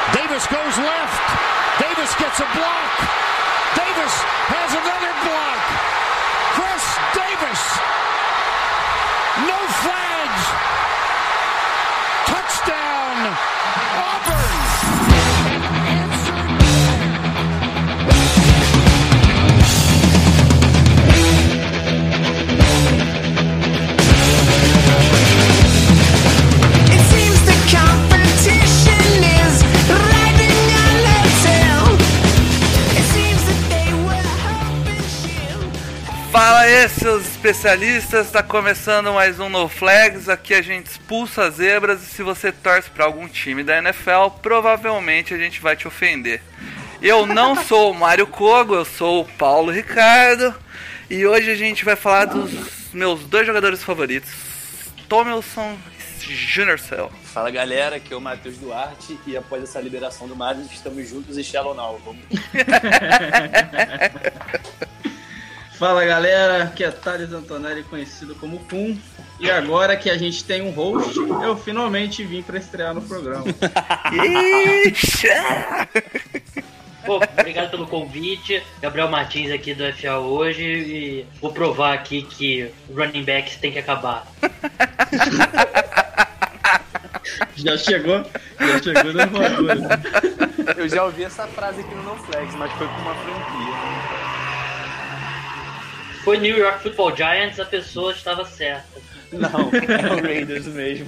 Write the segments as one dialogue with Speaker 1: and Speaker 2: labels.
Speaker 1: Davis goes left. Davis gets a block. Davis has another block. Chris Davis. No flags. Touchdown. Auburn.
Speaker 2: Fala aí, seus especialistas, está começando mais um No Flags. Aqui a gente expulsa as zebras e se você torce para algum time da NFL, provavelmente a gente vai te ofender. Eu não sou o Mário Kogo, eu sou o Paulo Ricardo e hoje a gente vai falar dos meus dois jogadores favoritos, Tomilson e Junior Seau.
Speaker 3: Fala galera, aqui é o Matheus Duarte e após essa liberação do Mário, estamos juntos e Shallow Now. Vamos.
Speaker 4: Fala galera, aqui é Thales Antonelli, conhecido como Pum. E agora que a gente tem um host, eu finalmente vim pra estrear no programa.
Speaker 5: Pô, obrigado pelo convite, Gabriel Martins aqui do FA hoje e vou provar aqui que o running backs tem que acabar.
Speaker 4: Já chegou na voadora.
Speaker 3: Eu já ouvi essa frase aqui no No Flags, mas foi com uma franquia.
Speaker 5: Foi New York Football Giants, a pessoa estava certa.
Speaker 3: Não, é o Raiders mesmo.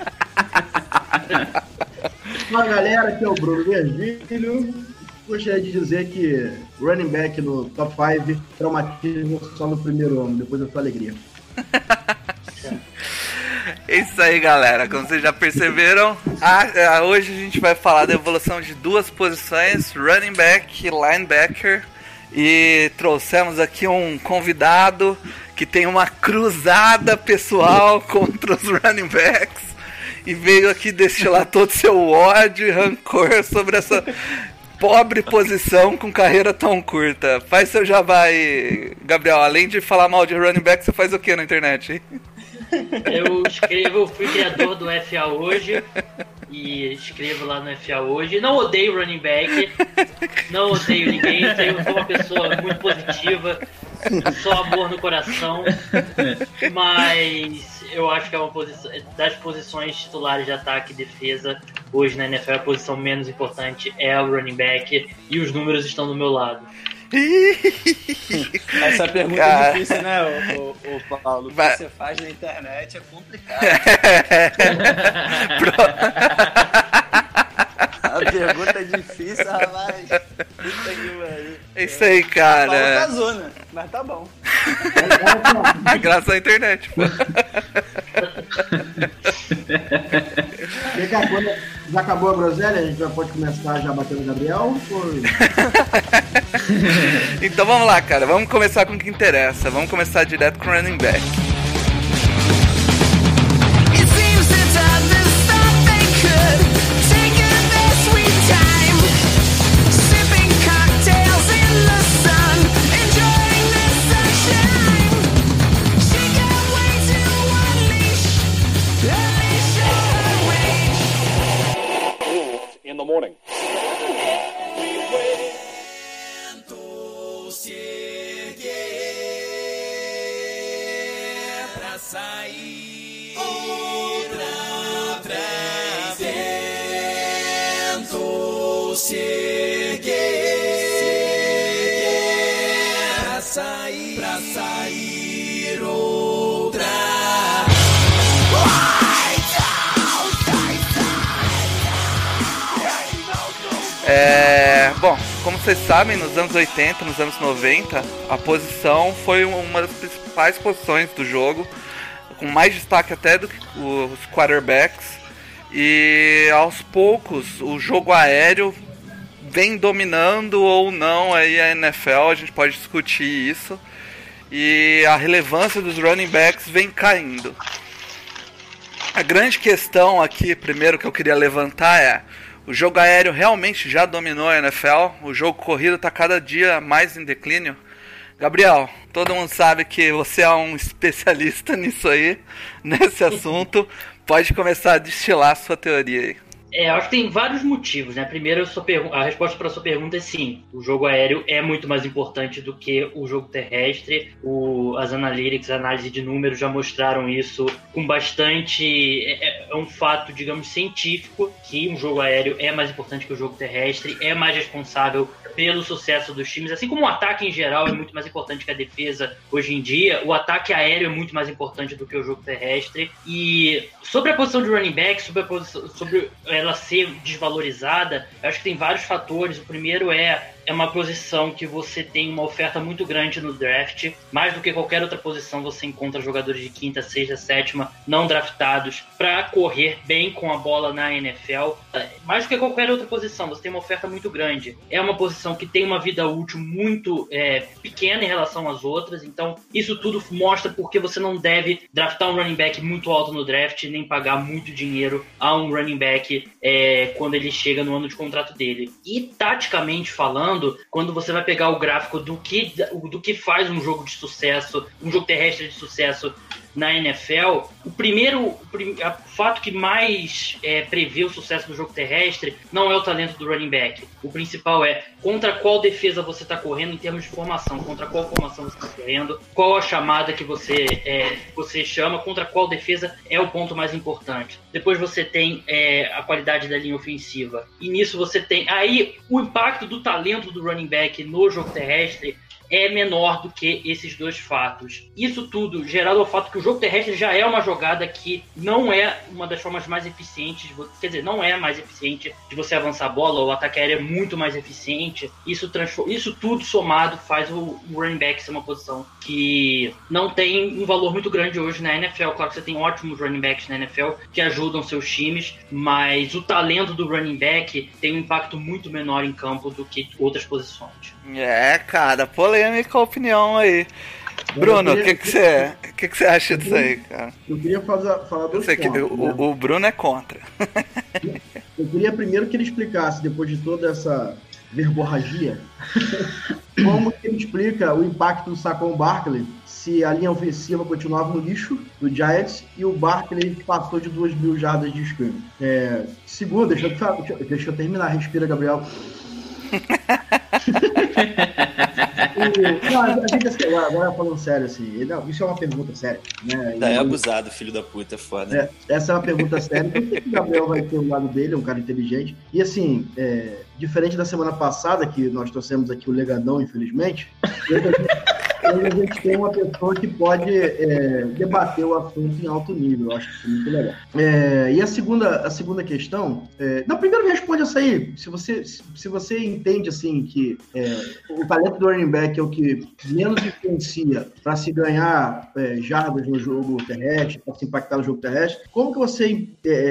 Speaker 6: Fala galera, aqui é o Bruno Vergílio. Gostaria de dizer que running back no top 5 traumatismo só no primeiro ano, depois da sua alegria.
Speaker 2: É isso aí, galera. Como vocês já perceberam, hoje a gente vai falar da evolução de duas posições, running back e linebacker. E trouxemos aqui um convidado que tem uma cruzada pessoal contra os running backs e veio aqui destilar todo o seu ódio e rancor sobre essa pobre posição com carreira tão curta. Faz seu jabá aí, Gabriel. Além de falar mal de running back, você faz o que na internet?
Speaker 5: Eu fui criador do FA hoje e escrevo lá no FA hoje. Não odeio running back, não odeio ninguém, eu sou uma pessoa muito positiva, só amor no coração, mas eu acho que é uma posição, das posições titulares de ataque e defesa, hoje na NFL a posição menos importante é o running back e os números estão do meu lado.
Speaker 3: Essa pergunta é difícil, né, o Paulo? O que você faz na internet é complicado. A pergunta é difícil, rapaz. Puta que pariu.
Speaker 2: É isso aí, cara.
Speaker 3: Paulo casou, né? Mas tá bom.
Speaker 2: Graças à internet, pô.
Speaker 6: Já acabou a groselha? A gente já pode começar já batendo o Gabriel?
Speaker 2: Então vamos lá, cara. Vamos começar com o que interessa. Vamos começar direto com o running back.
Speaker 1: In the morning.
Speaker 7: Pra sair outra.
Speaker 2: Bom, como vocês sabem, nos anos 80, nos anos 90, a posição foi uma das principais posições do jogo, com mais destaque até do que os quarterbacks. E aos poucos o jogo aéreo vem dominando ou não aí a NFL, a gente pode discutir isso. E a relevância dos running backs vem caindo. A grande questão aqui, primeiro, que eu queria levantar é: o jogo aéreo realmente já dominou a NFL? O jogo corrido está cada dia mais em declínio? Gabriel, todo mundo sabe que você é um especialista nisso aí, nesse assunto. Pode começar a destilar a sua teoria aí.
Speaker 5: Eu acho que tem vários motivos, né? Primeiro, a resposta para a sua pergunta é sim. O jogo aéreo é muito mais importante do que o jogo terrestre. As analytics, a análise de números já mostraram isso com bastante... É um fato, digamos, científico que um jogo aéreo é mais importante que o jogo terrestre, é mais responsável pelo sucesso dos times. Assim como o ataque em geral é muito mais importante que a defesa hoje em dia, o ataque aéreo é muito mais importante do que o jogo terrestre. E sobre a posição de running back, sobre ela ser desvalorizada, eu acho que tem vários fatores. O primeiro é uma posição que você tem uma oferta muito grande no draft. Mais do que qualquer outra posição, você encontra jogadores de quinta, sexta, sétima, não draftados, para correr bem com a bola na NFL. Mais do que qualquer outra posição, você tem uma oferta muito grande. É uma posição que tem uma vida útil muito pequena em relação às outras. Então, isso tudo mostra porque você não deve draftar um running back muito alto no draft, nem pagar muito dinheiro a um running back quando ele chega no ano de contrato dele. E, taticamente falando, quando você vai pegar o gráfico do que faz um jogo de sucesso, um jogo terrestre de sucesso na NFL, o fato que mais prevê o sucesso do jogo terrestre não é o talento do running back. O principal é contra qual defesa você está correndo em termos de formação, contra qual formação você está correndo, qual a chamada que você chama, contra qual defesa é o ponto mais importante. Depois você tem a qualidade da linha ofensiva. E nisso você tem... Aí o impacto do talento do running back no jogo terrestre é menor do que esses dois fatos. Isso tudo gerado ao fato que o jogo terrestre já é uma jogada que não é uma das formas mais eficientes, quer dizer, não é mais eficiente de você avançar a bola, o ataque aéreo é muito mais eficiente. Isso tudo somado faz o running back ser uma posição que não tem um valor muito grande hoje na NFL. Claro que você tem ótimos running backs na NFL que ajudam seus times, mas o talento do running back tem um impacto muito menor em campo do que outras posições.
Speaker 2: Cara, polêmica a opinião aí. Bruno, o que você acha disso aí, cara?
Speaker 6: Eu queria falar dois pontos.
Speaker 2: O Bruno é contra.
Speaker 6: Eu queria primeiro que ele explicasse, depois de toda essa verborragia, como que ele explica o impacto do Saquon Barkley se a linha ofensiva continuava no lixo do Giants e o Barkley passou de 2.000 jardas de scrum. Segundo, deixa eu terminar. Respira, Gabriel. Agora falando sério, assim, isso é uma pergunta séria, né?
Speaker 3: É abusado, filho da puta, é foda.
Speaker 6: Essa é uma pergunta séria. Por que o Gabriel vai ter o lado dele, é um cara inteligente? E assim, diferente da semana passada, que nós trouxemos aqui o Legadão, infelizmente, hoje a gente tem uma pessoa que pode debater o assunto em alto nível. Eu acho isso muito legal. E a segunda questão... primeiro responde essa aí. Se você entende assim, que o talento do running back é o que menos influencia para se ganhar jardas no jogo terrestre, para se impactar no jogo terrestre, como que você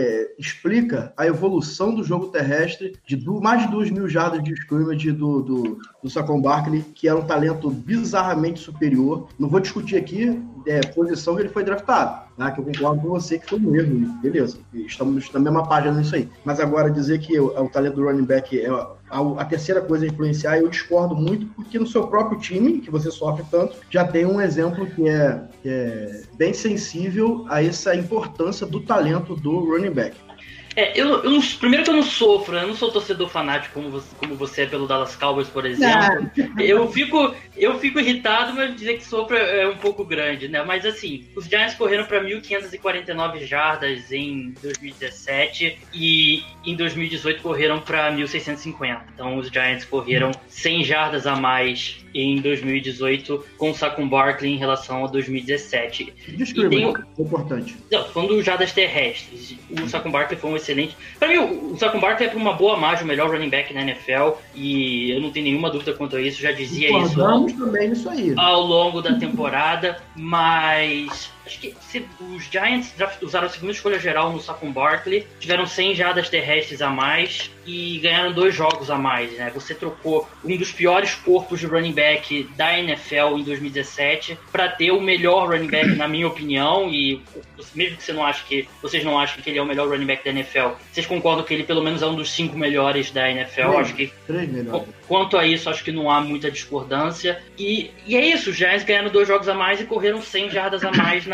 Speaker 6: explica a evolução do jogo terrestre de mais de 2.000 jardas de scrimmage do Saquon Barkley, que era um talento bizarramente superior? Não vou discutir aqui posição que ele foi draftado, tá? Que eu concordo com você que foi um erro, beleza, estamos na mesma página nisso aí. Mas agora dizer que o talento do running back é a terceira coisa a influenciar, eu discordo muito, porque no seu próprio time, que você sofre tanto, já tem um exemplo que é bem sensível a essa importância do talento do running back.
Speaker 5: Primeiro que eu não sou torcedor fanático como você é pelo Dallas Cowboys, por exemplo. Eu fico irritado, mas dizer que sofro é um pouco grande, né? Mas assim, os Giants correram para 1.549 jardas em 2017 e em 2018 correram para 1.650. Então os Giants correram 100 jardas a mais em 2018 com o Saquon Barkley em relação a 2017.
Speaker 6: Desculpa, é importante.
Speaker 5: Não, falando dos jardas terrestres, o Saquon Barkley foi um excelente... Para mim, o Saquon Barkley é por uma boa margem o melhor running back na NFL e eu não tenho nenhuma dúvida quanto a isso, já dizia isso
Speaker 6: também nisso aí.
Speaker 5: Ao longo da temporada, mas... Acho que os Giants usaram a segunda escolha geral no Saquon Barkley, tiveram 100 jardas terrestres a mais e ganharam 2 jogos a mais, né? Você trocou um dos piores corpos de running back da NFL em 2017 para ter o melhor running back, na minha opinião, e mesmo que vocês não achem que ele é o melhor running back da NFL, vocês concordam que ele pelo menos é um dos 5 melhores da NFL? Acho que
Speaker 6: 3 melhores.
Speaker 5: Quanto a isso, acho que não há muita discordância. E é isso, os Giants ganharam 2 jogos a mais e correram 100 jardas a mais na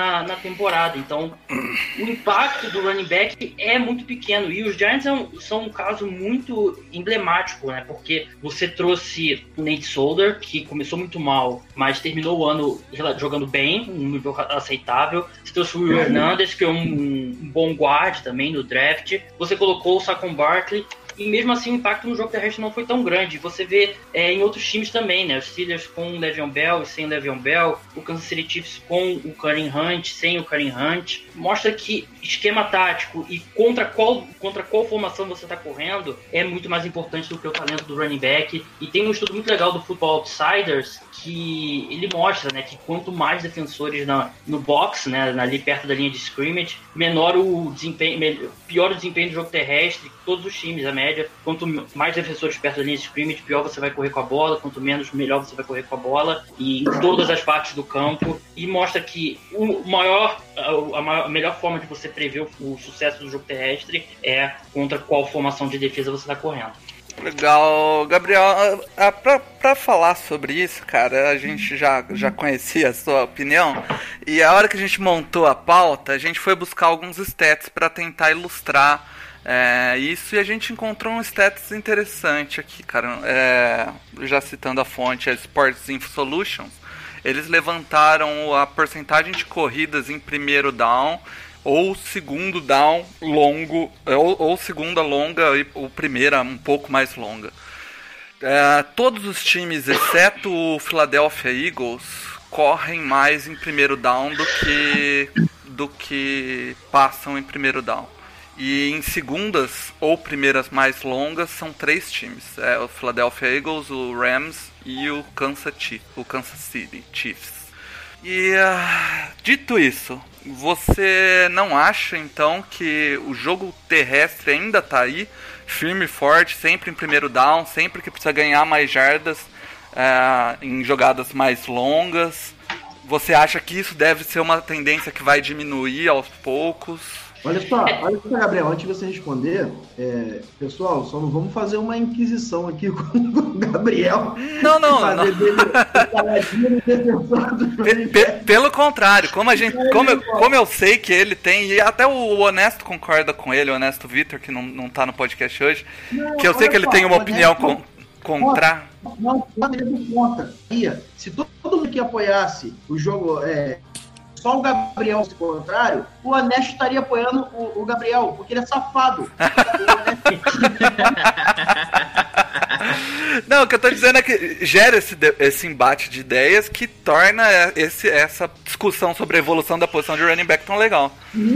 Speaker 5: na temporada. Então, o impacto do running back é muito pequeno. E os Giants são um caso muito emblemático, né? Porque você trouxe o Nate Solder, que começou muito mal, mas terminou o ano jogando bem, um nível aceitável. Você trouxe o Will Hernandez, que é um bom guard também no draft. Você colocou o Saquon Barkley. E mesmo assim o impacto no jogo terrestre não foi tão grande. Você vê em outros times também, né? Os Steelers com o Le'Veon Bell e sem o Le'Veon Bell, o Kansas City Chiefs com o Kareem Hunt, sem o Kareem Hunt. Mostra que esquema tático e contra qual formação você está correndo é muito mais importante do que o talento do running back. E tem um estudo muito legal do Football Outsiders que ele mostra, né, que quanto mais defensores no box, né, ali perto da linha de scrimmage, menor o desempenho, pior o desempenho do jogo terrestre, todos os times, a média. Quanto mais defensores perto da linha de scrimmage, pior você vai correr com a bola, quanto menos, melhor você vai correr com a bola, e em todas as partes do campo. E mostra que a melhor forma de você prever o sucesso do jogo terrestre é contra qual formação de defesa você está correndo.
Speaker 2: Legal, Gabriel, pra falar sobre isso, cara, a gente já conhecia a sua opinião, e a hora que a gente montou a pauta, a gente foi buscar alguns stats para tentar ilustrar isso, e a gente encontrou um stats interessante aqui, cara, já citando a fonte, a Sports Info Solutions. Eles levantaram a porcentagem de corridas em primeiro down, ou segundo down longo, ou segunda longa, ou primeira um pouco mais longa. Todos os times, exceto o Philadelphia Eagles, correm mais em primeiro down do que passam em primeiro down. E em segundas ou primeiras mais longas são 3 times. O Philadelphia Eagles, o Rams e o Kansas City Chiefs. E dito isso, você não acha então que o jogo terrestre ainda está aí, firme e forte, sempre em primeiro down, sempre que precisa ganhar mais jardas em jogadas mais longas? Você acha que isso deve ser uma tendência que vai diminuir aos poucos?
Speaker 6: Olha só, Gabriel, antes de você responder, pessoal, só não vamos fazer uma inquisição aqui com o Gabriel.
Speaker 2: Não. Pelo contrário, como eu sei que ele tem, e até o Honesto concorda com ele, o Honesto Vitor, que não tá no podcast hoje, que eu sei que ele tem uma opinião contra.
Speaker 6: Não, contra. Se todo mundo que apoiasse o jogo... só o Gabriel, se contrário, o Honesto estaria apoiando o Gabriel, porque ele é safado.
Speaker 2: Não, o que eu tô dizendo é que gera esse embate de ideias que torna essa discussão sobre a evolução da posição de running back tão legal.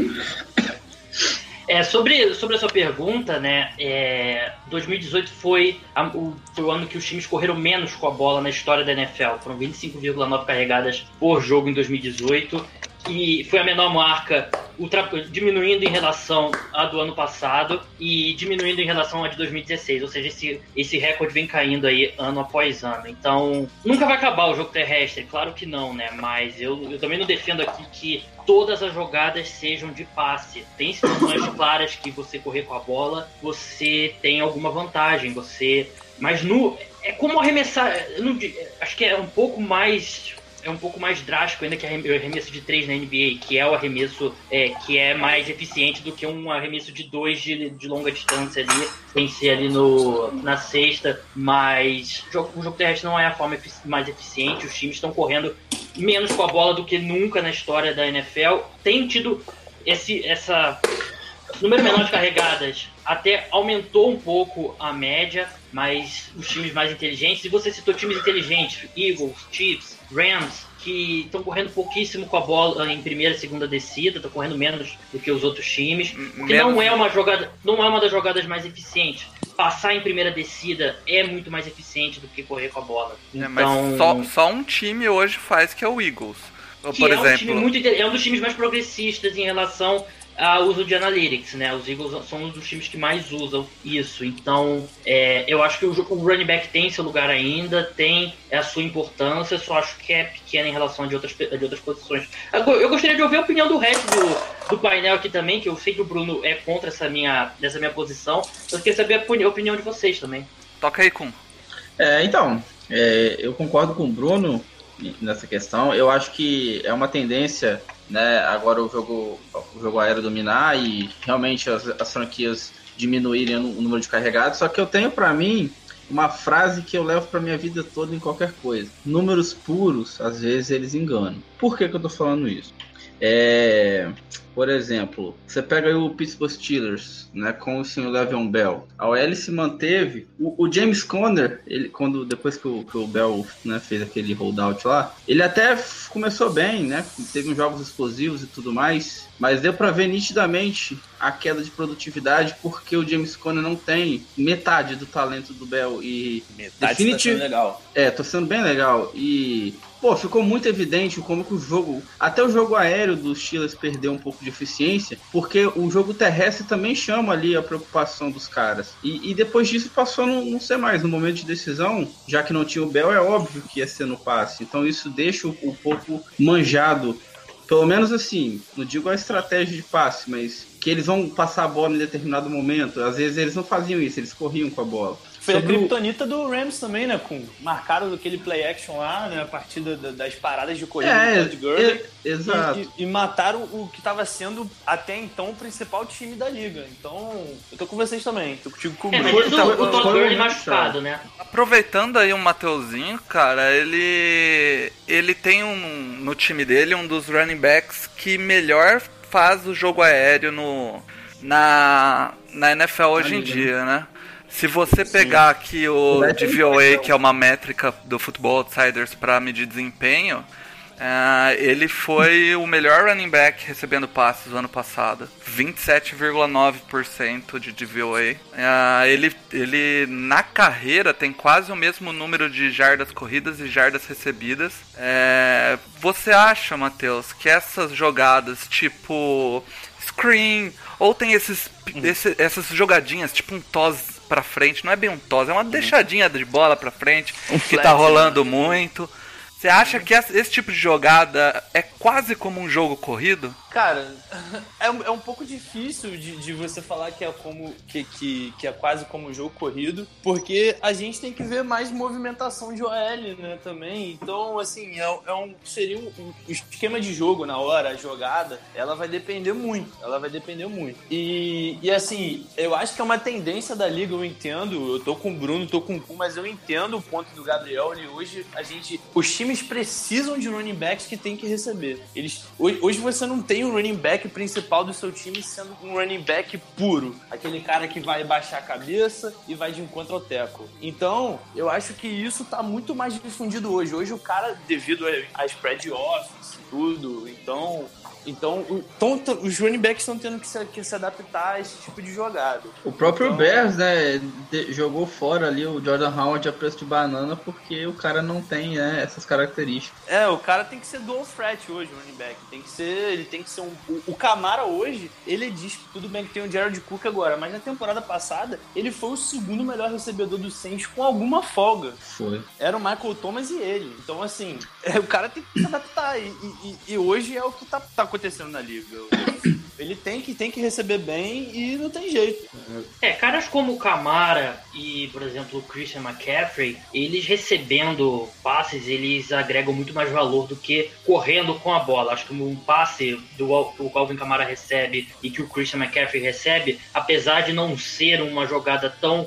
Speaker 5: Sobre a sua pergunta, né, 2018 foi o ano que os times correram menos com a bola na história da NFL. Foram 25,9 carregadas por jogo em 2018. E foi a menor marca, diminuindo em relação à do ano passado e diminuindo em relação à de 2016. Ou seja, esse recorde vem caindo aí ano após ano. Então, nunca vai acabar o jogo terrestre, claro que não, né? Mas eu também não defendo aqui que todas as jogadas sejam de passe. Tem situações claras que você correr com a bola, você tem alguma vantagem. Mas é como arremessar. Acho que é um pouco mais drástico ainda que o arremesso de 3 na NBA, que é o arremesso que é mais eficiente do que um arremesso de 2 de longa distância ali, tem que ser ali na cesta, mas o jogo terrestre não é a forma mais eficiente, os times estão correndo menos com a bola do que nunca na história da NFL, tem tido essa número menor de carregadas, até aumentou um pouco a média, mas os times mais inteligentes, e você citou times inteligentes, Eagles, Chiefs, Rams, que estão correndo pouquíssimo com a bola em primeira e segunda descida, estão correndo menos do que os outros times, porque não é uma das jogadas mais eficientes. Passar em primeira descida é muito mais eficiente do que correr com a bola. Então,
Speaker 2: mas só um time hoje faz, que é o Eagles. Por exemplo,
Speaker 5: é um dos times mais progressistas em relação ao uso de analytics, né? Os Eagles são um dos times que mais usam isso. Então, eu acho que o running back tem seu lugar ainda, tem a sua importância, só acho que é pequena em relação de outras posições. Eu gostaria de ouvir a opinião do resto do painel aqui também, que eu sei que o Bruno é contra essa minha posição. Eu queria saber a opinião de vocês também.
Speaker 2: Toca aí, Kun.
Speaker 4: Eu concordo com o Bruno nessa questão. Eu acho que é uma tendência né, agora o jogo aéreo dominar e realmente as franquias diminuírem o número de carregados. Só que eu tenho para mim uma frase que eu levo para minha vida toda em qualquer coisa. Números puros, às vezes, eles enganam. Por que eu tô falando isso? Por exemplo, você pega aí o Pittsburgh Steelers, né, com o senhor Le'Veon Bell. A OL se manteve. O James Conner, depois que o Bell, né, fez aquele holdout lá, ele até começou bem, né? Teve uns jogos explosivos e tudo mais, mas deu para ver nitidamente a queda de produtividade porque o James Conner não tem metade do talento do Bell e
Speaker 3: Metade tá sendo legal.
Speaker 4: Tá sendo bem legal e ficou muito evidente como que até o jogo aéreo dos Steelers perdeu um pouco de eficiência, porque o jogo terrestre também chama ali a preocupação dos caras. E depois disso passou a não ser mais. No momento de decisão, já que não tinha o Bell, é óbvio que ia ser no passe. Então isso deixa um pouco manjado. Pelo menos assim, não digo a estratégia de passe, mas que eles vão passar a bola em determinado momento. Às vezes eles não faziam isso, eles corriam com a bola.
Speaker 3: Foi a criptonita do Rams também, né? Marcaram aquele play action lá, né? A partir das paradas de corrida do Todd Gurley.
Speaker 4: Exato.
Speaker 3: E mataram o que estava sendo até então o principal time da liga. Então, eu tô com vocês também. Tô contigo com o Bruno.
Speaker 5: Mas o Todd Gurley machucado, né?
Speaker 2: Aproveitando aí o Mateuzinho, cara, ele tem no time dele um dos running backs que melhor faz o jogo aéreo na NFL hoje em dia, né? Se você pegar aqui o DVOA, que é uma métrica do Football Outsiders para medir desempenho, ele foi o melhor running back recebendo passes no ano passado. 27,9% de DVOA. Ele na carreira tem quase o mesmo número de jardas corridas e jardas recebidas. Você acha, Matheus, que essas jogadas tipo screen, ou tem essas jogadinhas tipo um toss pra frente, não é bem um toss, é uma deixadinha de bola pra frente, que tá rolando muito. Você acha que esse tipo de jogada é quase como um jogo corrido?
Speaker 3: Cara, é um pouco difícil de você falar que é quase como um jogo corrido, porque a gente tem que ver mais movimentação de OL, né, também. Então, assim, seria um esquema de jogo na hora, a jogada, ela vai depender muito. E assim, eu acho que é uma tendência da liga, eu entendo, eu tô com o Bruno, tô com o Kuhn, mas eu entendo o ponto do Gabriel, e hoje os times precisam de running backs que tem que receber. Hoje você não tem o running back principal do seu time sendo um running back puro. Aquele cara que vai baixar a cabeça e vai de encontro ao tackle. Então, eu acho que isso tá muito mais difundido hoje. Hoje o cara, devido a spread office e tudo, então os running backs estão tendo que se adaptar a esse tipo de jogada.
Speaker 4: O próprio Bears, né, jogou fora ali o Jordan Howard a preço de banana porque o cara não tem, né, essas características.
Speaker 3: O cara tem que ser dual threat hoje, o running back. Ele tem que ser o Camara hoje, ele diz que tudo bem que tem o Jared Cook agora, mas na temporada passada ele foi o segundo melhor recebedor do Saints com alguma folga.
Speaker 4: Foi.
Speaker 3: Era o Michael Thomas e ele. Então, assim, o cara tem que se adaptar. E hoje é o que tá acontecendo na liga. Ele tem que receber bem e não tem jeito.
Speaker 5: Caras como o Camara e, por exemplo, o Christian McCaffrey, eles recebendo passes, eles agregam muito mais valor do que correndo com a bola. Acho que um passe que o Calvin Kamara recebe e que o Christian McCaffrey recebe, apesar de não ser uma jogada tão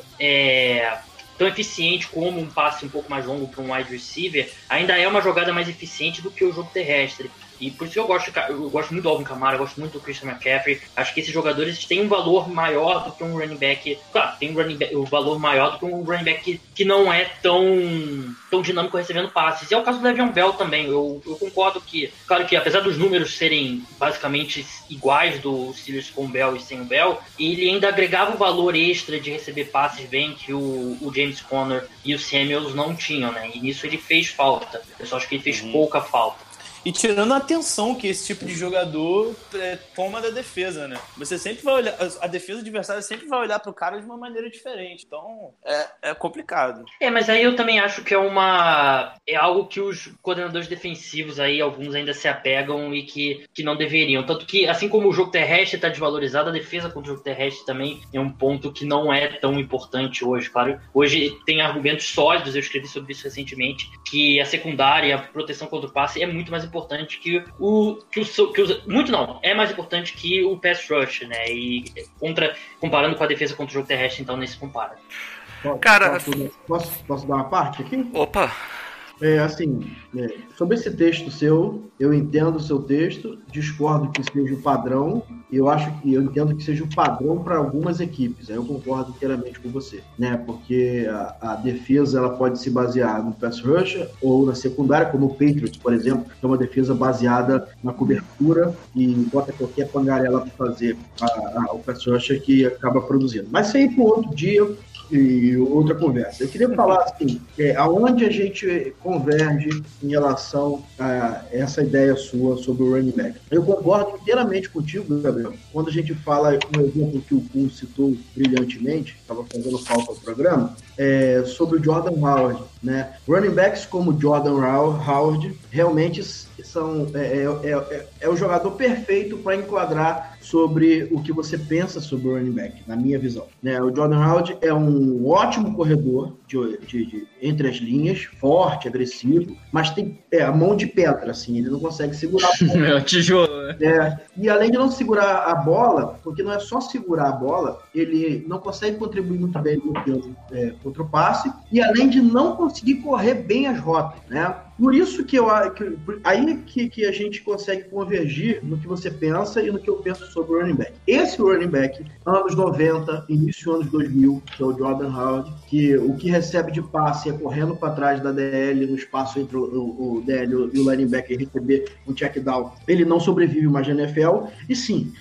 Speaker 5: eficiente como um passe um pouco mais longo para um wide receiver, ainda é uma jogada mais eficiente do que o jogo terrestre. E por isso eu gosto muito do Alvin Kamara, gosto muito do Christian McCaffrey. Acho que esses jogadores têm um valor maior do que um running back. Claro, tem um valor maior do que um running back que não é tão dinâmico recebendo passes. E é o caso do Le'Veon Bell também. Eu concordo que, claro que apesar dos números serem basicamente iguais do Steelers com o Bell e sem o Bell, ele ainda agregava o valor extra de receber passes bem que o James Conner e o Samuels não tinham, né? E nisso ele fez falta. Eu só acho que ele fez pouca falta.
Speaker 3: E tirando a atenção que esse tipo de jogador toma da defesa, né? Você sempre vai olhar, a defesa adversária sempre vai olhar pro cara de uma maneira diferente. Então, é complicado.
Speaker 5: Mas aí eu também acho que é algo que os coordenadores defensivos aí, alguns ainda se apegam e que não deveriam. Tanto que, assim como o jogo terrestre está desvalorizado, a defesa contra o jogo terrestre também é um ponto que não é tão importante hoje. Claro, hoje tem argumentos sólidos, eu escrevi sobre isso recentemente, que a secundária, a proteção contra o passe é muito mais importante importante é mais importante que o pass rush, né? E comparando com a defesa contra o jogo terrestre, então nem se compara.
Speaker 2: Cara,
Speaker 6: Posso dar uma parte aqui?
Speaker 2: Opa!
Speaker 6: Sobre esse texto seu, eu entendo o seu texto, discordo que seja o padrão, eu entendo que seja o padrão para algumas equipes, aí eu concordo inteiramente com você, né? Porque a defesa ela pode se basear no pass rush ou na secundária, como o Patriots, por exemplo, que é uma defesa baseada na cobertura e bota qualquer pangarela para fazer o pass rush que acaba produzindo. Mas isso aí para outro dia e outra conversa. Eu queria falar assim, aonde a gente converge em relação a essa ideia sua sobre o running back. Eu concordo inteiramente contigo, Gabriel, quando a gente fala, um exemplo que o Kuhn citou brilhantemente, estava fazendo falta ao programa, sobre o Jordan Howard, né? Running backs como Jordan Howard realmente são o jogador perfeito para enquadrar sobre o que você pensa sobre o running back, na minha visão, né? O Jordan Howard é um ótimo corredor de entre as linhas, forte, agressivo, mas tem a mão de pedra, assim, ele não consegue segurar a bola.
Speaker 4: É o tijolo, né?
Speaker 6: E além de não segurar a bola, porque não é só segurar a bola, ele não consegue contribuir muito bem contra o passe, e além de não conseguir correr bem as rotas, né? Por isso que que a gente consegue convergir no que você pensa e no que eu penso sobre o running back. Esse running back, anos 90, início anos 2000, que é o Jordan Howard, que o que recebe de passe é correndo para trás da DL, no espaço entre o DL e o linebacker receber um check down. Ele não sobrevive mais na NFL, e sim,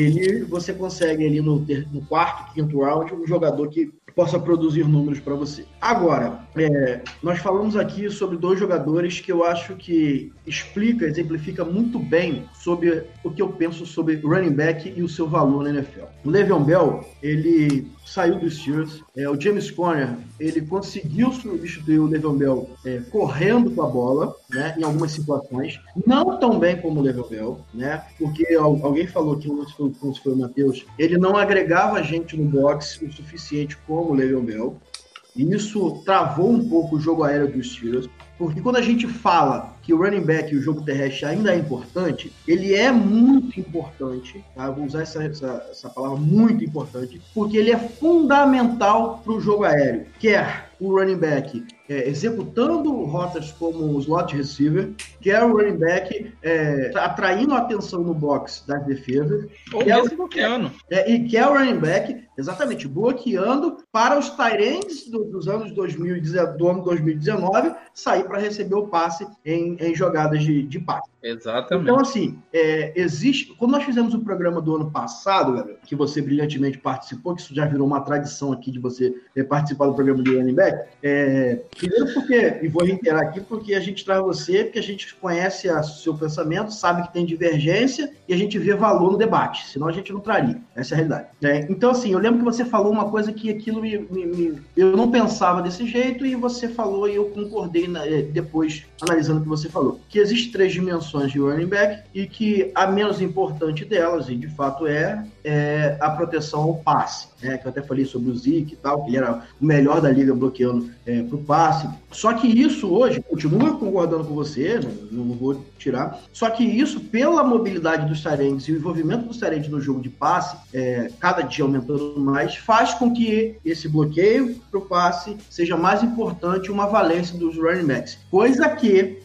Speaker 6: você consegue ali no quarto, quinto round, um jogador que possa produzir números para você. Agora, nós falamos aqui sobre dois jogadores que eu acho que exemplifica muito bem sobre o que eu penso sobre running back e o seu valor na NFL. O Le'Veon Bell, ele saiu dos Steelers. O James Conner, ele conseguiu substituir o Le'Veon Bell correndo com a bola, né, em algumas situações. Não tão bem como o Le'Veon Bell, né, porque alguém falou que, como se foi o Matheus, ele não agregava gente no box o suficiente como o Le'Veon Bell. E isso travou um pouco o jogo aéreo dos Steelers, porque quando a gente fala que o running back e o jogo terrestre ainda é importante, ele é muito importante, tá? Vou usar essa palavra, muito importante, porque ele é fundamental para o jogo aéreo, quer o running back executando rotas como o slot receiver, quer o running back atraindo a atenção no box das defesas,
Speaker 4: ou mesmo bloqueando.
Speaker 6: E quer o running back, exatamente, bloqueando para os tight ends dos anos 2019, do ano 2019 sair para receber o passe em jogadas de passe.
Speaker 4: Exatamente.
Speaker 6: Então, assim, existe... Quando nós fizemos o programa do ano passado, galera, que você brilhantemente participou, que isso já virou uma tradição aqui de você participar do programa do running back, primeiro porque, e vou reiterar aqui, porque a gente traz você, porque a gente conhece o seu pensamento, sabe que tem divergência e a gente vê valor no debate, senão a gente não traria. Essa é a realidade. Então, assim, eu lembro que você falou uma coisa que aquilo eu não pensava desse jeito e você falou e eu concordei depois, analisando o que você falou, que existem 3 dimensões de running back e que a menos importante delas, e de fato é a proteção ao passe, né? Que eu até falei sobre o Zeke e tal, que ele era o melhor da liga bloqueando pro passe. Só que isso hoje, continuo concordando com você, não vou tirar, só que isso, pela mobilidade dos tight ends e o envolvimento dos tight ends no jogo de passe, cada dia aumentando mais, faz com que esse bloqueio pro passe seja mais importante, uma valência dos running backs, coisa que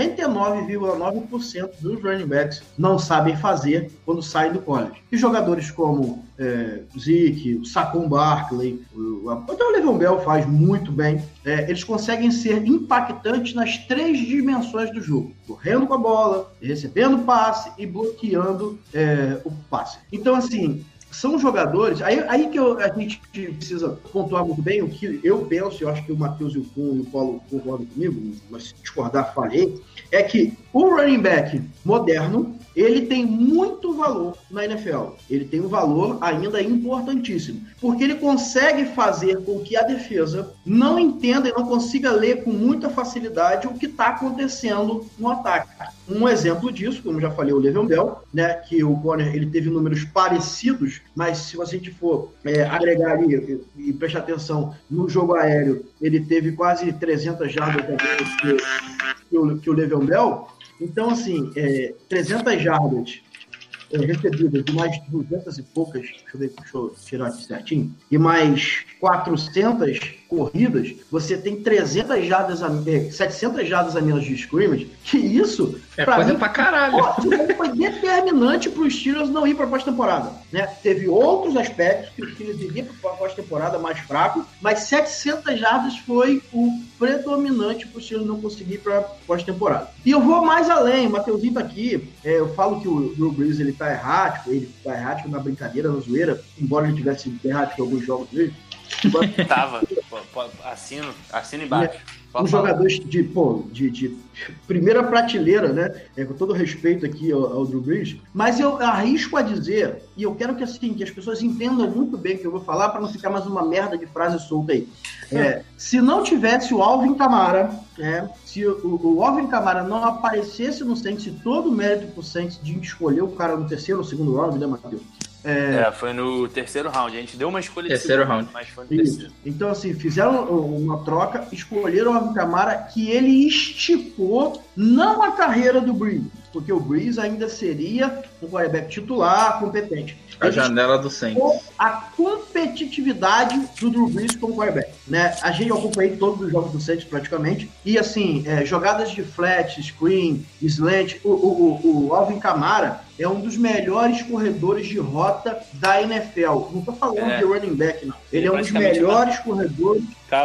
Speaker 6: 99,9% dos running backs não sabem fazer quando saem do college. E jogadores como Zeke, o Saquon Barkley, até o Le'Veon Bell faz muito bem, eles conseguem ser impactantes nas 3 dimensões do jogo, correndo com a bola, recebendo passe e bloqueando o passe. Então, assim, são jogadores... Aí que a gente precisa pontuar muito bem o que eu penso, eu acho que o Matheus e o Kuhn e o Paulo concordam comigo, mas se discordar, falei, é que o running back moderno, ele tem muito valor na NFL. Ele tem um valor ainda importantíssimo, porque ele consegue fazer com que a defesa não entenda e não consiga ler com muita facilidade o que está acontecendo no ataque. Um exemplo disso, como já falei, o Le'Veon Bell, né, que o Conner ele teve números parecidos, mas se você for agregar ali e prestar atenção no jogo aéreo, ele teve quase 300 jardas que o Le'Veon Bell. Então, assim, 300 jardas recebidas e mais 200 e poucas, deixa eu tirar aqui certinho, e mais 400 corridas, você tem 300 jardas 700 jardas a menos de scrimmage, que isso,
Speaker 4: coisa
Speaker 6: mim,
Speaker 4: pra caralho.
Speaker 6: Foi determinante para os Steelers não ir para a pós-temporada, né? Teve outros aspectos que os Steelers iriam para a pós-temporada mais fraco, mas 700 jardas foi o predominante para os Steelers não conseguir para a pós-temporada. E eu vou mais além, o Mateuzinho tá aqui, eu falo que o Drew Brees ele tá errático na brincadeira, na zoeira, embora ele tivesse errático em alguns jogos dele.
Speaker 3: Tava. Assino embaixo.
Speaker 6: Um jogador de primeira prateleira, né? Com todo respeito aqui ao Drew Brees, mas eu arrisco a dizer, e eu quero que as pessoas entendam muito bem o que eu vou falar para não ficar mais uma merda de frase solta aí. Se não tivesse o Alvin Kamara, se o Alvin Kamara não aparecesse no Saints, todo o mérito pro Saints de escolher o cara no terceiro ou segundo round, né, Matheus?
Speaker 3: Foi no terceiro round. A gente deu uma escolha
Speaker 4: terceiro
Speaker 3: de segundo,
Speaker 4: round,
Speaker 3: mas foi no terceiro.
Speaker 6: Então, assim, fizeram uma troca, escolheram o Alvin Kamara, que ele esticou não a carreira do Brees, porque o Brees ainda seria um quarterback titular, competente.
Speaker 4: A janela do Saints.
Speaker 6: A competitividade do Drew Brees como quarterback, né? A gente acompanhei todos os jogos do Saints praticamente, e assim, jogadas de flat, screen, slant, o Alvin Kamara é um dos melhores corredores de rota da NFL. Não tô falando de running back, não. Ele é um dos melhores corredores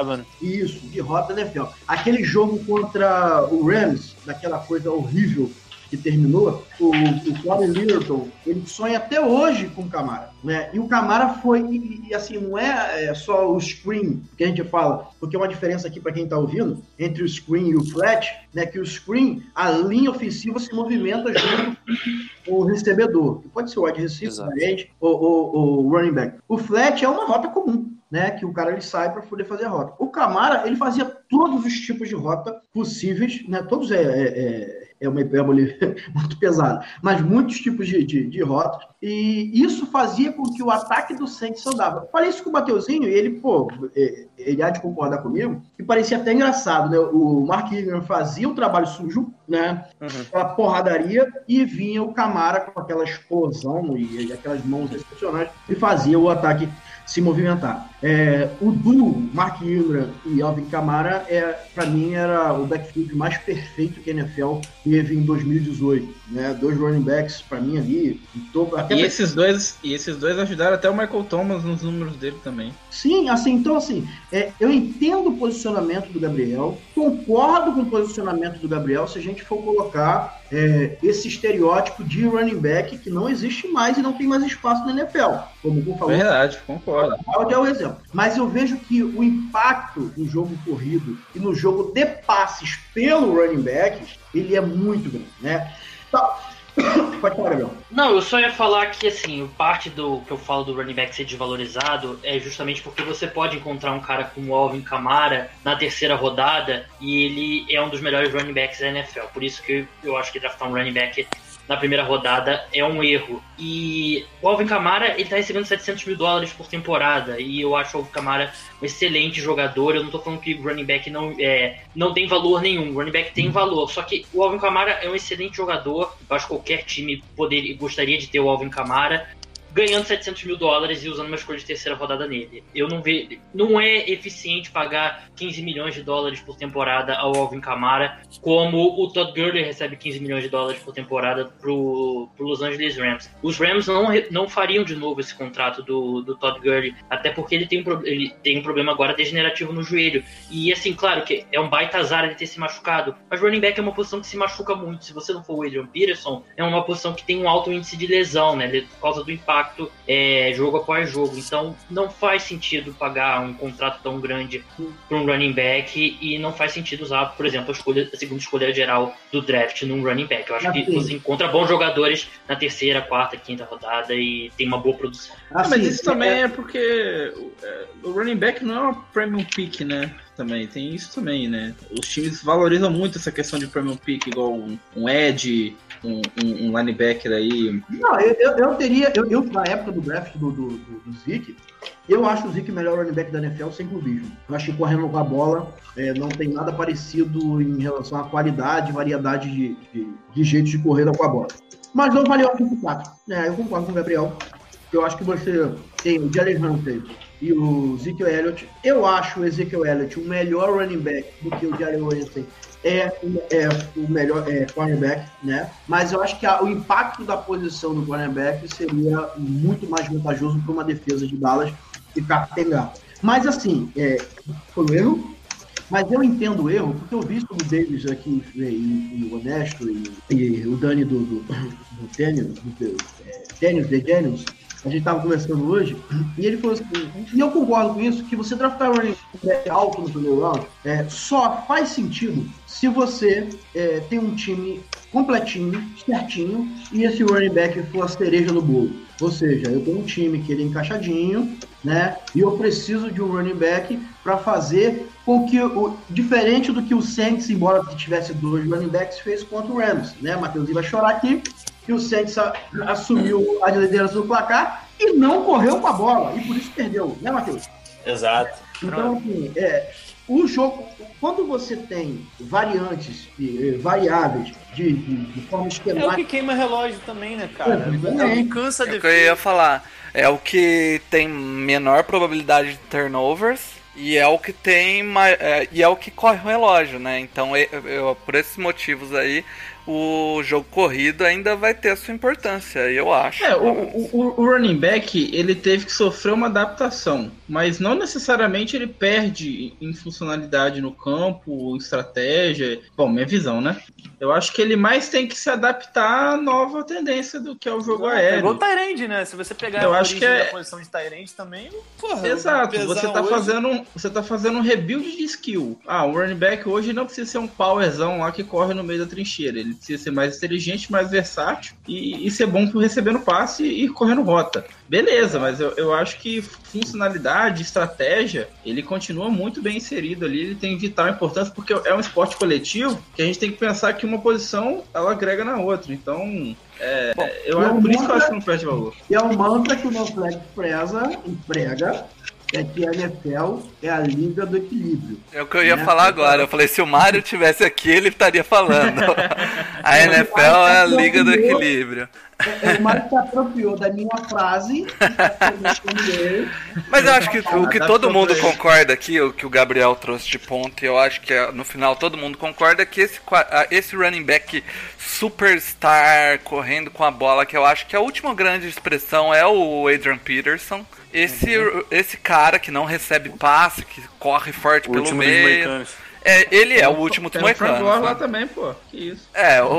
Speaker 6: de rota da NFL. Aquele jogo contra o Rams, daquela coisa horrível que terminou, o Corey Littleton, ele sonha até hoje com o Kamara, né? E o Kamara foi, e assim, não é só o screen que a gente fala, porque é uma diferença aqui para quem está ouvindo, entre o screen e o flat, né? Que o screen, a linha ofensiva se movimenta junto com o recebedor, que pode ser o wide receiver, ou running back. O flat é uma rota comum, né, que o cara ele sai para poder fazer a rota. O Kamara, ele fazia todos os tipos de rota possíveis, né? Todos é uma hipérbole muito pesada, mas muitos tipos de rotas, e isso fazia com que o ataque do Saints andava. Falei isso com o Mateuzinho, e ele há de concordar comigo, que parecia até engraçado, né? O Mark Ingram fazia o trabalho sujo, né? Aquela porradaria, e vinha o Kamara com aquela explosão e aquelas mãos excepcionais, e fazia o ataque se movimentar. O duo Mark Ingram e Alvin Kamara, para mim, era o backfield mais perfeito que a NFL teve em 2018. Né? 2 running backs, para mim, ali.
Speaker 4: E esses dois ajudaram até o Michael Thomas nos números dele também.
Speaker 6: Sim, assim, então, assim, eu entendo o posicionamento do Gabriel, concordo com o posicionamento do Gabriel se a gente for colocar esse estereótipo de running back que não existe mais e não tem mais espaço na NFL. Como o falou.
Speaker 4: Verdade, concordo.
Speaker 6: É o exemplo. Mas eu vejo que o impacto no jogo corrido e no jogo de passes pelo running back, ele é muito grande, né? Pode falar, Gabriel.
Speaker 5: Não, eu só ia falar que, assim, parte do que eu falo do running back ser desvalorizado é justamente porque você pode encontrar um cara como o Alvin Kamara na terceira rodada e ele é um dos melhores running backs da NFL. Por isso que eu acho que draftar um running back na primeira rodada é um erro. E o Alvin Kamara, ele tá recebendo $700 mil por temporada, e eu acho o Alvin Kamara um excelente jogador. Eu não tô falando que o running back não tem valor nenhum, o running back tem valor, só que o Alvin Kamara é um excelente jogador. Eu acho que qualquer time gostaria de ter o Alvin Kamara ganhando $700 mil e usando uma escolha de terceira rodada nele. Eu não vejo, não é eficiente pagar $15 milhões por temporada ao Alvin Kamara, como o Todd Gurley recebe $15 milhões por temporada pro Los Angeles Rams. Os Rams não fariam de novo esse contrato do Todd Gurley, até porque ele tem um problema agora degenerativo no joelho. E assim, claro que é um baita azar ele ter se machucado, mas running back é uma posição que se machuca muito. Se você não for o Adrian Peterson, é uma posição que tem um alto índice de lesão, né, por causa do impacto jogo após jogo. Então não faz sentido pagar um contrato tão grande para um running back, e não faz sentido usar, por exemplo, a segunda escolha geral do draft num running back. Eu acho que você encontra bons jogadores na terceira, quarta, quinta rodada e tem uma boa produção.
Speaker 4: Mas isso também é porque o running back não é uma premium pick, né? também, tem isso também, né? Os times valorizam muito essa questão de premium pick, igual um Edge, um linebacker aí.
Speaker 6: Não, eu teria, na época do draft do Zeke, eu acho o Zeke o melhor running back da NFL sem clubismo. Eu acho que correndo com a bola não tem nada parecido em relação à qualidade, variedade de jeitos de correr com a bola. Mas não valeu a 54. Eu concordo com o Gabriel. Eu acho que você tem o Jalen Hunter e o Ezekiel Elliott. Eu acho o Ezekiel Elliott o melhor running back do que o Jalen Hunter o melhor cornerback, né? Mas eu acho que o impacto da posição do cornerback seria muito mais vantajoso para uma defesa de Dallas e capengar. Mas assim, foi um erro. Mas eu entendo o erro, porque eu vi isso do Davis aqui, e o Honesto, e o Dani do Daniels, The Daniels, a gente estava conversando hoje, e ele falou assim, e eu concordo com isso, que você draftar um running back alto no primeiro round só faz sentido se você tem um time completinho, certinho, e esse running back for a cereja do bolo. Ou seja, eu tenho um time que ele é encaixadinho, né? E eu preciso de um running back para fazer com que, diferente do que o Saints, embora tivesse 2 running backs, fez contra o Rams, né? Matheus vai chorar aqui, que o Saints assumiu a liderança do placar e não correu com a bola, e por isso perdeu, né, Matheus?
Speaker 3: Exato.
Speaker 6: Então, assim, o jogo, quando você tem variantes, variáveis de forma esquemática...
Speaker 3: É o que queima relógio também, né, cara? É o que cansa a defesa.
Speaker 2: É o que eu ia falar. É o que tem menor probabilidade de turnovers e é o que tem e é o que corre o relógio, né? Então, por esses motivos aí, o jogo corrido ainda vai ter a sua importância, eu acho.
Speaker 4: O running back, ele teve que sofrer uma adaptação, mas não necessariamente ele perde em funcionalidade no campo, em estratégia. Bom, minha visão, né? Eu acho que ele mais tem que se adaptar à nova tendência do que é o jogo aéreo.
Speaker 3: É igual o Tyrande, né? Se você pegar a origem da posição de Tyrande também, porra.
Speaker 4: Exato, você tá fazendo um rebuild de skill. O running back hoje não precisa ser um powerzão lá que corre no meio da trincheira. Ele precisa ser mais inteligente, mais versátil e ser bom por recebendo passe e correndo rota. Beleza, mas eu acho que funcionalidade, estratégia, ele continua muito bem inserido ali, ele tem vital importância, porque é um esporte coletivo que a gente tem que pensar que uma posição, ela agrega na outra. Então, por isso que eu acho que não perde valor.
Speaker 6: E é um mantra que o NoFlex prega, é que a NFL é a liga do equilíbrio.
Speaker 2: É o que eu ia falar agora. Eu falei, se o Mário estivesse aqui, ele estaria falando. A NFL é a liga do equilíbrio.
Speaker 6: O Mário se apropriou da minha frase.
Speaker 2: Mas eu acho que o que todo mundo concorda aqui, o que o Gabriel trouxe de ponto, e eu acho que no final todo mundo concorda, que esse running back superstar correndo com a bola, que eu acho que a última grande expressão é o Adrian Peterson. Esse cara que não recebe passe, que corre forte
Speaker 3: o
Speaker 2: pelo meio. Ele é o último dos moicanos.
Speaker 4: Lá também, pô. Que isso.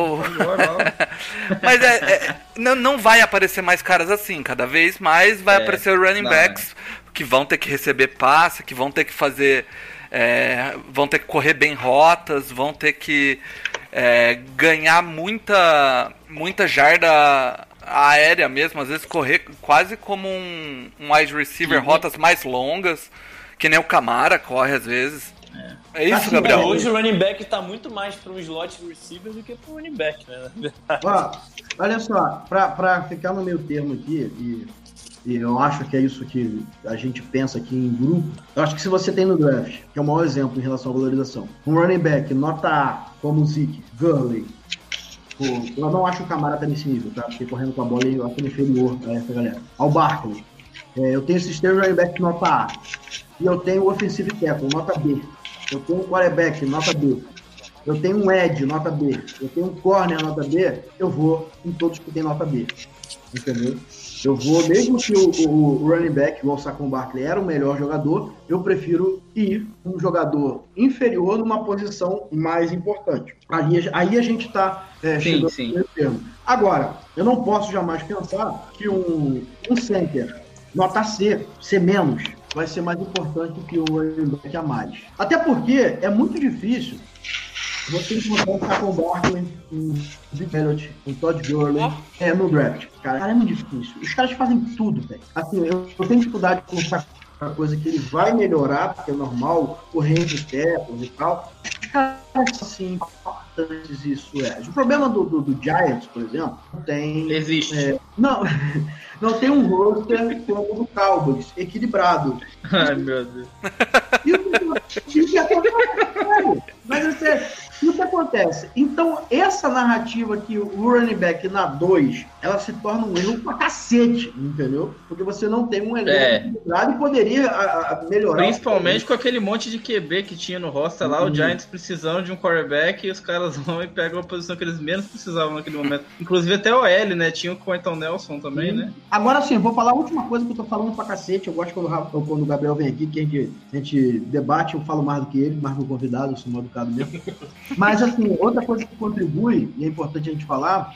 Speaker 2: Mas não vai aparecer mais caras assim. Cada vez mais vai aparecer running backs que vão ter que receber passe, que vão ter que fazer... vão ter que correr bem rotas, vão ter que ganhar muita jarda aérea mesmo, às vezes correr quase como um wide receiver, rotas mais longas, que nem o Camara corre às vezes. É isso, Gabriel?
Speaker 3: Hoje o running back tá muito mais para um slot receiver do que para um running back, né?
Speaker 6: Olha só, pra ficar no meio termo aqui, e eu acho que é isso que a gente pensa aqui em grupo, eu acho que se você tem no draft, que é o maior exemplo em relação à valorização, um running back nota A, como o Zeke, Gurley, eu não acho o Camara tá nesse nível, tá? Porque correndo com a bola eu acho inferior a essa galera. Ao Barkley, eu tenho esses 3 running backs nota A, e eu tenho o offensive tackle, nota B. Eu tenho um quarterback, nota B. Eu tenho um edge, nota B. Eu tenho um corner, nota B. Eu vou em todos que tem nota B. Entendeu? Eu vou, mesmo que o running back, o Saquon Barkley, era o melhor jogador, eu prefiro ir um jogador inferior numa posição mais importante. Aí a gente está chegando no meio termo. Agora, eu não posso jamais pensar que um center, nota C menos, vai ser mais importante do que o running back a mais. Até porque é muito difícil você encontrar um Saquon Barkley, um Zeke Elliott, um Todd Gurley no draft. Cara, é muito difícil. Os caras fazem tudo, velho. Assim, eu tenho dificuldade com o Saquon uma coisa que ele vai melhorar, porque é normal, correndo de tackles e tal. Os caras, assim, importantes isso é. O problema do Giants, por exemplo, não tem...
Speaker 4: Existe.
Speaker 6: Não tem um roster como o do Cowboys, equilibrado.
Speaker 4: Ai, meu Deus.
Speaker 6: E o que acontece? Mas é sério, e o que acontece? Então, essa narrativa que o running back na 2, ela se torna um erro pra cacete, entendeu? Porque você não tem um elenco equilibrado e poderia melhorar.
Speaker 4: Principalmente com aquele monte de QB que tinha no roster lá, o Giants precisando de um quarterback e os caras vão e pegam a posição que eles menos precisavam naquele momento. Inclusive até o L, né? Tinha o Quentin Nelson também, né?
Speaker 6: Agora sim, vou falar a última coisa que eu tô falando pra cacete. Eu gosto quando o Gabriel vem aqui, que a gente debate, eu falo mais do que ele, mais do convidado, eu sou mal educado mesmo. Mas assim, outra coisa que contribui, e é importante a gente falar,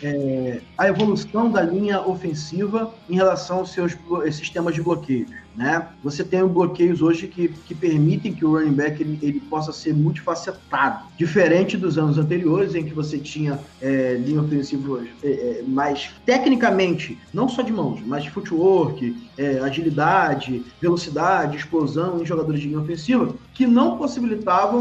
Speaker 6: é a evolução da linha ofensiva em relação aos seus sistemas de bloqueio. Né? Você tem bloqueios hoje que permitem que o running back ele possa ser multifacetado. Diferente dos anos anteriores, em que você tinha linha ofensiva mais tecnicamente, não só de mãos, mas de footwork, agilidade, velocidade, explosão em jogadores de linha ofensiva, que não possibilitavam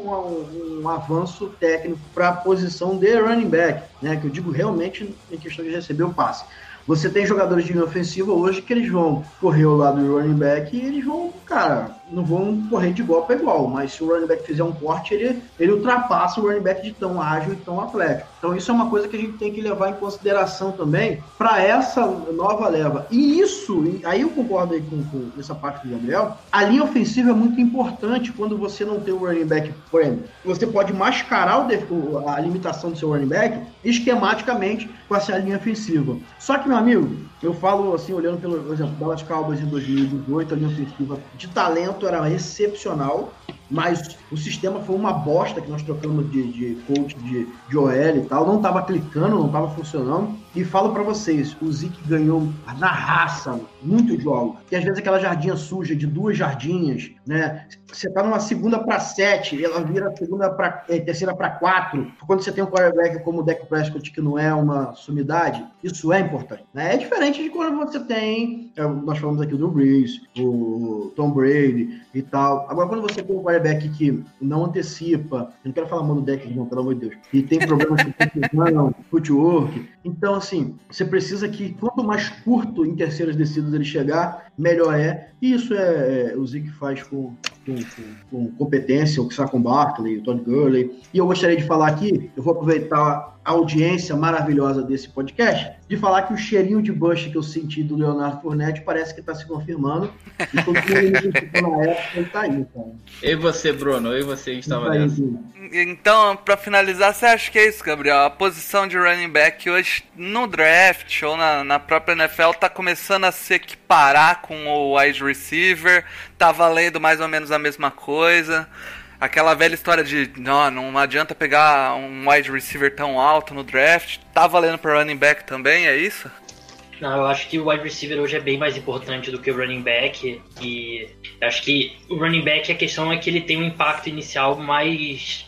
Speaker 6: um avanço técnico para a posição de running back, né? Que eu digo realmente em questão de receber o passe. Você tem jogadores de linha ofensiva hoje que eles vão correr ao lado do running back e eles vão, cara, não vão correr de igual para igual, mas se o running back fizer um corte, ele ultrapassa o running back de tão ágil e tão atlético. Então isso é uma coisa que a gente tem que levar em consideração também para essa nova leva. E isso, aí eu concordo aí com essa parte do Gabriel, a linha ofensiva é muito importante quando você não tem o running back, por exemplo. Você pode mascarar a limitação do seu running back esquematicamente com essa linha ofensiva. Só que, meu amigo, eu falo assim, olhando pelo exemplo, Dallas Cowboys em 2018, a linha ofensiva de talento era excepcional, mas o sistema foi uma bosta que nós trocamos de coach de OL e tal, não estava clicando, não estava funcionando. E falo para vocês, o Zeke ganhou na raça muito jogo. E às vezes aquela jardinha suja de 2 jardinhas, né? Você tá numa segunda para 7, ela vira terceira para 4. Quando você tem um quarterback como o Dak Prescott, que não é uma sumidade, isso é importante, né? É diferente de quando você tem, nós falamos aqui do Brees, o Tom Brady e tal. Agora, quando você tem um quarterback que não antecipa, eu não quero falar mal do Dak, não, pelo amor de Deus, e tem problemas com confusão, footwork, então, assim, você precisa que quanto mais curto em terceiras descidas ele chegar, melhor é. E isso o Zeke faz com competência, o Saquon Barkley, o Todd Gurley. E eu gostaria de falar aqui, eu vou aproveitar a audiência maravilhosa desse podcast, de falar que o cheirinho de Bush que eu senti do Leonardo Fournette parece que está se confirmando. E todo mundo na época ele tá aí, cara.
Speaker 4: E você, Bruno? E você que estava nessa?
Speaker 2: Então, pra finalizar, você acha que é isso, Gabriel? A posição de running back hoje no draft ou na própria NFL tá começando a se equiparar com o wide receiver, tá valendo mais ou menos a mesma coisa. Aquela velha história de não adianta pegar um wide receiver tão alto no draft, tá valendo para running back também, é isso?
Speaker 5: Não, eu acho que o wide receiver hoje é bem mais importante do que o running back. E acho que o running back, a questão é que ele tem um impacto inicial mais...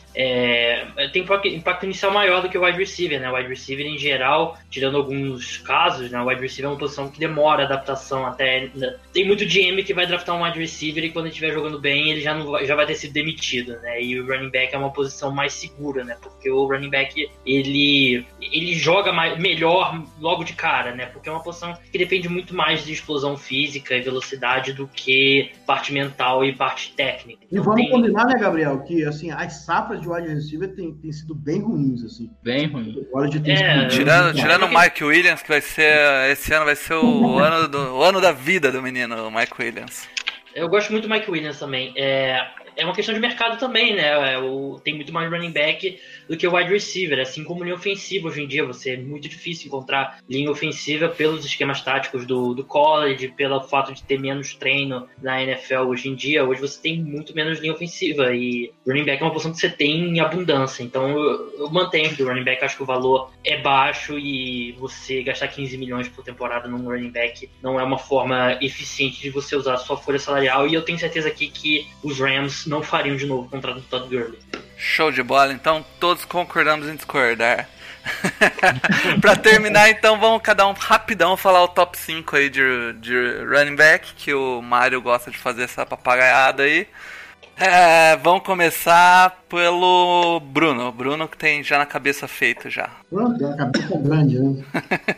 Speaker 5: tem impacto inicial maior do que o wide receiver, né? O wide receiver, em geral, tirando alguns casos, né? O wide receiver é uma posição que demora adaptação até... Tem muito GM que vai draftar um wide receiver e quando ele estiver jogando bem, ele já vai ter sido demitido, né? E o running back é uma posição mais segura, né? Porque o running back, ele joga melhor logo de cara, né? Porque é uma posição que depende muito mais de explosão física e velocidade do que parte mental e parte técnica.
Speaker 6: E vamos combinar, né, Gabriel, que assim, as safras de wide receiver tem sido bem ruins, assim.
Speaker 4: Bem ruim.
Speaker 2: Tirando o Mike Williams, que vai ser... Esse ano vai ser o ano da vida do menino, o Mike Williams.
Speaker 5: Eu gosto muito do Mike Williams também. É uma questão de mercado também, né? Tem muito mais running back do que o wide receiver, assim como linha ofensiva hoje em dia. É muito difícil encontrar linha ofensiva pelos esquemas táticos do college, pelo fato de ter menos treino na NFL hoje em dia. Hoje você tem muito menos linha ofensiva e running back é uma posição que você tem em abundância. Então eu mantenho que o running back, acho que o valor é baixo e você gastar 15 milhões por temporada num running back não é uma forma eficiente de você usar a sua folha salarial. E eu tenho certeza aqui que os Rams não fariam de novo o contrato do Todd Gurley.
Speaker 2: Show de bola, então todos concordamos em discordar. Pra terminar, então, vamos cada um rapidão falar o top 5 aí de running back, que o Mário gosta de fazer essa papagaiada aí. Vamos começar pelo Bruno. Bruno que tem já na cabeça feito já.
Speaker 6: Pronto, é uma cabeça grande, né?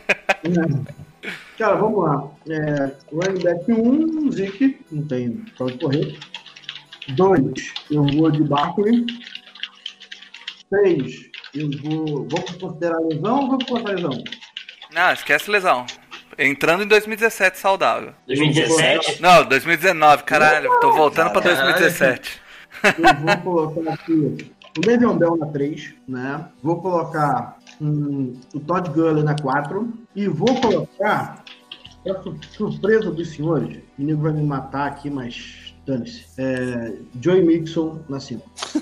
Speaker 6: Cara, vamos lá. Running back 1, Zeke, não tem pra onde correr. 2, eu vou de Barkley. 3, eu vou... Vamos considerar lesão ou vamos considerar lesão?
Speaker 2: Não, esquece lesão. Entrando em 2017 saudável.
Speaker 5: 2017?
Speaker 2: Não, 2019, caralho. Tô voltando pra 2017.
Speaker 6: Eu vou colocar aqui o Le'Veon Bell na 3, né? Vou colocar o Todd Gurley na 4. E vou colocar, pra surpresa dos senhores, o nego vai me matar aqui, mas dane-se. Joey Mixon na 5.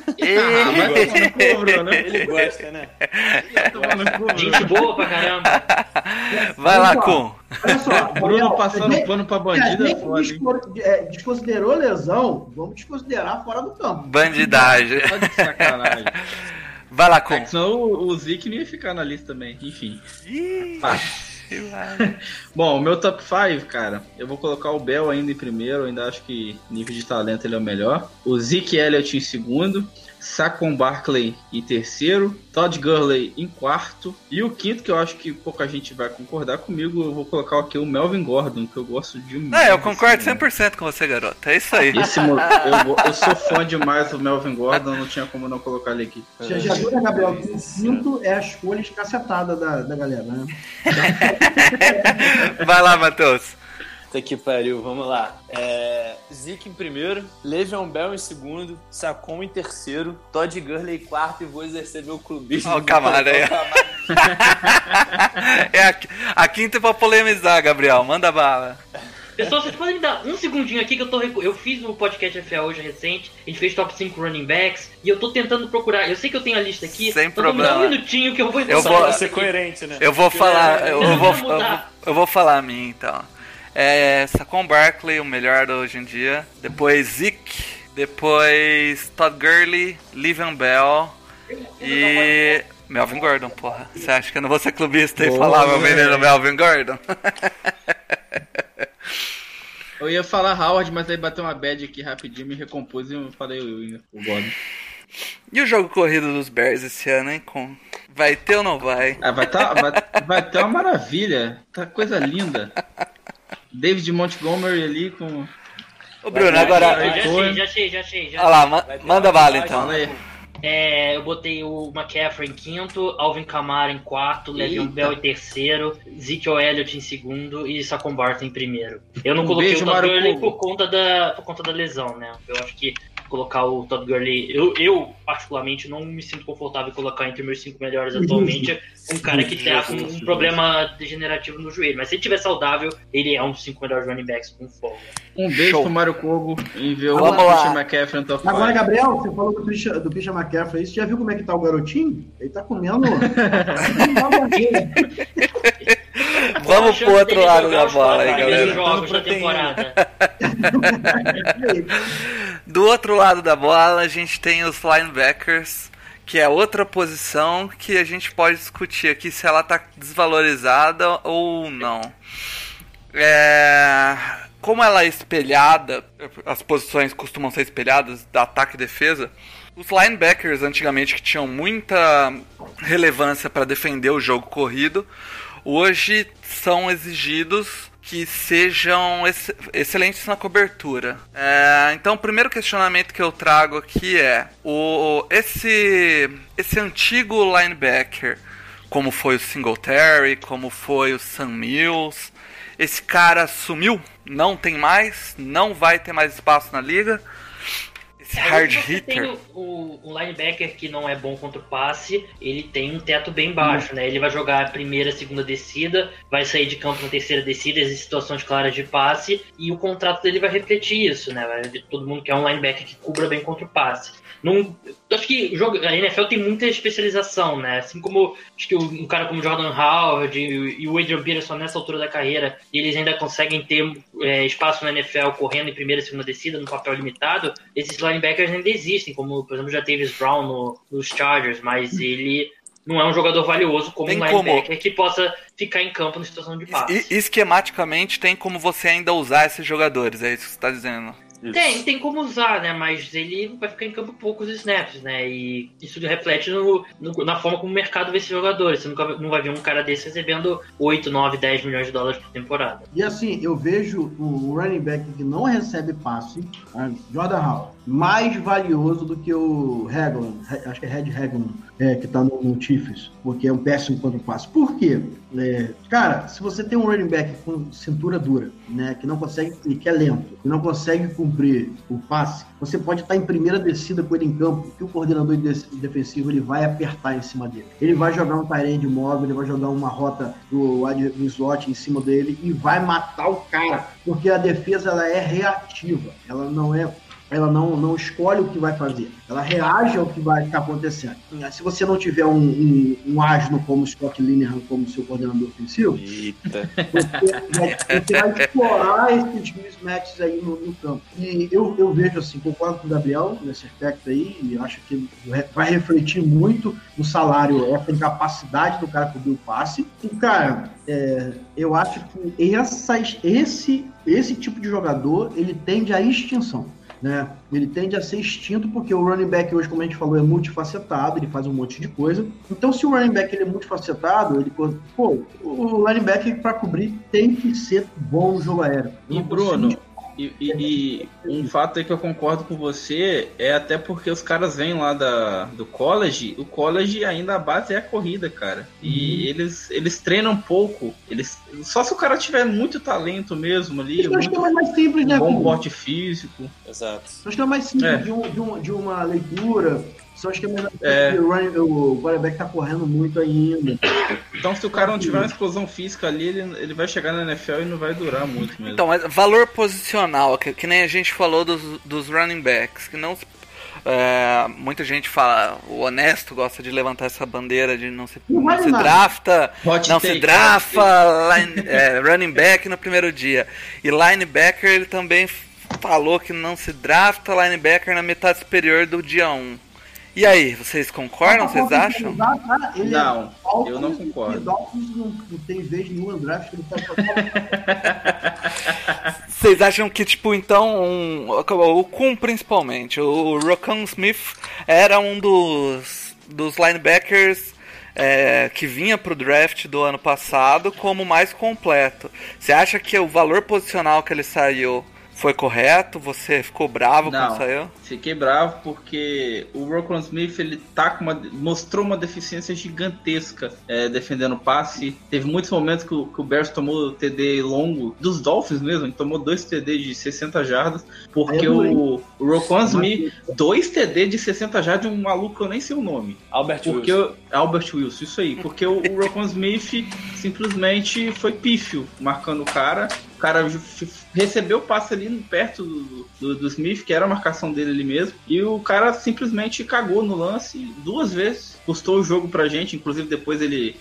Speaker 3: Ele gosta, né?
Speaker 5: Gente boa pra caramba.
Speaker 2: Vai lá, Kun.
Speaker 6: Olha só,
Speaker 4: Bruno passando pano pra bandida é foda, hein?
Speaker 6: Desconsiderou lesão, vamos desconsiderar fora do campo.
Speaker 2: Bandidagem.
Speaker 4: Tá de sacanagem.
Speaker 2: Vai lá, Kun.
Speaker 4: Senão o Zeke não ia ficar na lista também, enfim.
Speaker 2: Ih,
Speaker 4: vai. Bom, o meu top 5, cara, eu vou colocar o Bell ainda em primeiro, eu ainda acho que nível de talento ele é o melhor. O Zeke Elliott em segundo, Saquon Barkley em terceiro, Todd Gurley em quarto, e o quinto, que eu acho que pouca gente vai concordar comigo, eu vou colocar aqui o Melvin Gordon, que eu gosto demais.
Speaker 2: Eu concordo 100% com você, garoto. É isso aí.
Speaker 4: Eu sou fã demais do Melvin Gordon, não tinha como não colocar ele aqui.
Speaker 6: Já viu, né, Gabriel? O quinto é a escolha escacetada da galera, né?
Speaker 2: Vai lá, Matheus.
Speaker 3: Puta que pariu, vamos lá. Zeke em primeiro, Le'Veon Bell em segundo, Saquon em terceiro, Todd Gurley em quarto e vou exercer meu clubismo.
Speaker 2: Ó, o Camara aí. A quinta é pra polemizar, Gabriel. Manda bala.
Speaker 5: Pessoal, vocês podem me dar um segundinho aqui que eu fiz no podcast FA hoje recente, a gente fez top 5 running backs e eu tô tentando procurar. Eu sei que eu tenho a lista aqui,
Speaker 2: sem
Speaker 5: então
Speaker 2: problema.
Speaker 5: me dá um minutinho que eu vou
Speaker 3: ser coerente, né?
Speaker 2: Eu vou falar, eu vou falar a minha então. Saquon Barkley, o melhor de hoje em dia. Depois Zeke, depois Todd Gurley, Le'Veon Bell e Melvin Gordon, porra. Você acha que eu não vou ser clubista e falar meu menino Melvin Gordon?
Speaker 4: Eu ia falar Howard, mas aí bateu uma bad aqui rapidinho, me recompus e eu falei o Gordon.
Speaker 2: E o jogo corrido dos Bears esse ano, hein? Vai ter ou não vai?
Speaker 4: Vai ter uma maravilha. Tá coisa linda. David Montgomery ali com...
Speaker 2: Ô Bruno, agora...
Speaker 5: Já achei.
Speaker 2: Olha lá, manda bala então.
Speaker 5: Eu botei o McCaffrey em quinto, Alvin Kamara em quarto, Le'Veon Bell em terceiro, Zeke Elliott em segundo e Saquon Barkley em primeiro. Eu não coloquei o Todd Gurley por conta da lesão, né? Eu acho que colocar o Todd Gurley... Eu particularmente, não me sinto confortável em colocar entre meus 5 melhores atualmente um cara que tá com um problema degenerativo no joelho. Mas se ele estiver saudável, ele é um dos 5 melhores running backs com folga.
Speaker 4: Um beijo pro Mário Kogo, enviou
Speaker 2: o
Speaker 4: Christian McCaffrey no top 5.
Speaker 6: Agora, Gabriel, você falou do Christian McCaffrey, você já viu como é que tá o garotinho? Ele tá comendo...
Speaker 2: Vamos pro outro lado da bola aí, galera.
Speaker 5: Jogos da temporada.
Speaker 2: Do outro lado da bola, a gente tem os linebackers, que é outra posição que a gente pode discutir aqui se ela tá desvalorizada ou não. Como ela é espelhada, as posições costumam ser espelhadas da ataque e defesa, os linebackers antigamente que tinham muita relevância para defender o jogo corrido, hoje são exigidos que sejam excelentes na cobertura. Então o primeiro questionamento que eu trago aqui é esse antigo linebacker, como foi o Singletary, como foi o Sam Mills, esse cara sumiu, não tem mais, não vai ter mais espaço na liga. Esse hard hitter.
Speaker 5: Tem o linebacker que não é bom contra o passe, ele tem um teto bem baixo, né? Ele vai jogar a primeira, segunda descida, vai sair de campo na terceira descida, em situações claras de passe, e o contrato dele vai refletir isso, né? Todo mundo quer um linebacker que cubra bem contra o passe. Acho que a NFL tem muita especialização, né? Assim como acho que um cara como Jordan Howard e o Adrian Peterson nessa altura da carreira, eles ainda conseguem ter espaço na NFL correndo em primeira e segunda descida, no papel limitado, esses linebackers ainda existem, como por exemplo já Davis Brown nos Chargers, mas ele não é um jogador valioso como
Speaker 2: Tem
Speaker 5: um linebacker que possa ficar em campo na situação de passe.
Speaker 2: Esquematicamente tem como você ainda usar esses jogadores, é isso que você tá dizendo.
Speaker 5: Tem como usar, né? Mas ele vai ficar em campo poucos snaps, né? E isso reflete na forma como o mercado vê esses jogadores. Você não vai ver um cara desse recebendo 8, 9, 10 milhões de dólares por temporada.
Speaker 6: E assim, eu vejo o running back que não recebe passe, Jordan Howard, mais valioso do que o Hagelin, acho que é Red Hagelin, que tá no Chiefs, porque é um péssimo contra o passe. Por quê? Cara, se você tem um running back com cintura dura, né, que não consegue, que é lento, que não consegue cumprir o passe, você pode estar em primeira descida com ele em campo, que o coordenador defensivo ele vai apertar em cima dele. Ele vai jogar um tight end móvel, ele vai jogar uma rota do slot em cima dele e vai matar o cara, porque a defesa ela é reativa, ela não escolhe o que vai fazer, ela reage ao que vai estar acontecendo. Se você não tiver um asno como o Scott Linehan como seu coordenador ofensivo, você vai explorar esses mismatches aí no campo. E eu vejo assim, concordo com o Gabriel nesse aspecto aí, e acho que vai refletir muito no salário, essa incapacidade do cara cobrir o passe. E, cara, eu acho que esse tipo de jogador, ele tende à extinção. Né? Ele tende a ser extinto porque o running back hoje, como a gente falou, é multifacetado, ele faz um monte de coisa. Então, se o running back ele é multifacetado, o running back para cobrir tem que ser bom no jogo aéreo.
Speaker 4: E Bruno, e um fato aí que eu concordo com você é até porque os caras vêm lá do college, o college ainda a base é a corrida, cara. E eles treinam pouco, só se o cara tiver muito talento mesmo ali,
Speaker 6: acho que é mais simples, né,
Speaker 4: bom porte físico.
Speaker 3: Exato.
Speaker 6: Acho que é mais simples de uma leitura. Só acho que é melhor o quarterback tá correndo muito ainda.
Speaker 4: Então, se o cara não tiver uma explosão física ali, ele vai chegar na NFL e não vai durar muito mesmo.
Speaker 2: Então, mas valor posicional, que nem a gente falou dos running backs, que não muita gente fala, o honesto gosta de levantar essa bandeira de não se drafta running back no primeiro dia. E linebacker, ele também falou que não se drafta linebacker na metade superior do dia 1. E aí, vocês concordam? Vocês acham?
Speaker 4: Não, eu não concordo.
Speaker 6: O Dolphins não tem vez nenhuma no draft.
Speaker 2: Vocês acham que, tipo, então, o Kuhn principalmente, o Roquan Smith era um dos linebackers que vinha pro draft do ano passado como mais completo. Você acha que o valor posicional que ele saiu foi correto? Você ficou bravo quando saiu?
Speaker 4: Fiquei bravo porque o Roquan Smith ele mostrou uma deficiência gigantesca defendendo o passe. Teve muitos momentos que o Bears tomou TD longo, dos Dolphins mesmo, ele tomou 2 TD de 60 jardas, porque o Roquan Smith, 2 TD de 60 jardas de um maluco que eu nem sei o nome. Albert Wilson, isso aí. Porque o Roquan Smith simplesmente foi pífio marcando o cara. O cara recebeu o passe ali perto do Smith, que era a marcação dele ali mesmo, e o cara simplesmente cagou no lance 2 vezes. Custou o jogo pra gente, inclusive depois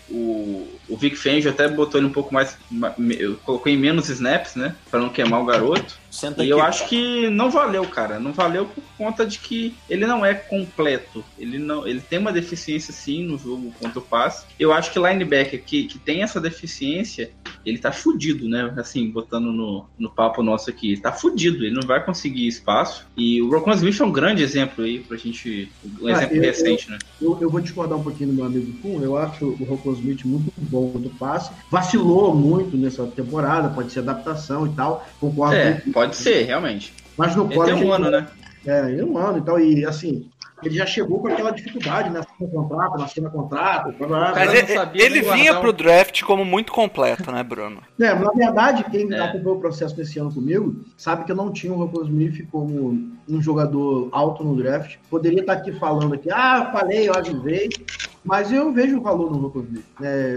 Speaker 4: o Vic Fangio até botou ele um pouco mais, colocou em menos snaps, né, pra não queimar o garoto. Eu acho que não valeu, cara. Não valeu por conta de que ele não é completo. Ele tem uma deficiência sim no jogo contra o passe. Eu acho que linebacker que tem essa deficiência, ele tá fudido, né? Assim, botando no papo nosso aqui. Tá fudido, ele não vai conseguir espaço. E o Roquan Smith é um grande exemplo aí pra gente. Um exemplo recente, né?
Speaker 6: Eu vou discordar um pouquinho do meu amigo Kuhn. Eu acho o Roquan Smith muito bom no passe. Vacilou muito nessa temporada, pode ser adaptação e tal. Concordo.
Speaker 4: Pode ser, realmente.
Speaker 6: Mas no college.
Speaker 4: Tem um ano, né?
Speaker 6: Um ano e tal. E assim, ele já chegou com aquela dificuldade, né? Nascendo contrato.
Speaker 2: Mas ele vinha pro draft como muito completo, né, Bruno?
Speaker 6: Na verdade, quem acompanhou o processo desse ano comigo sabe que eu não tinha o Roquan Smith como um jogador alto no draft. Poderia estar aqui falando aqui, falei, eu avisei. Mas eu vejo o valor no Roquan Smith.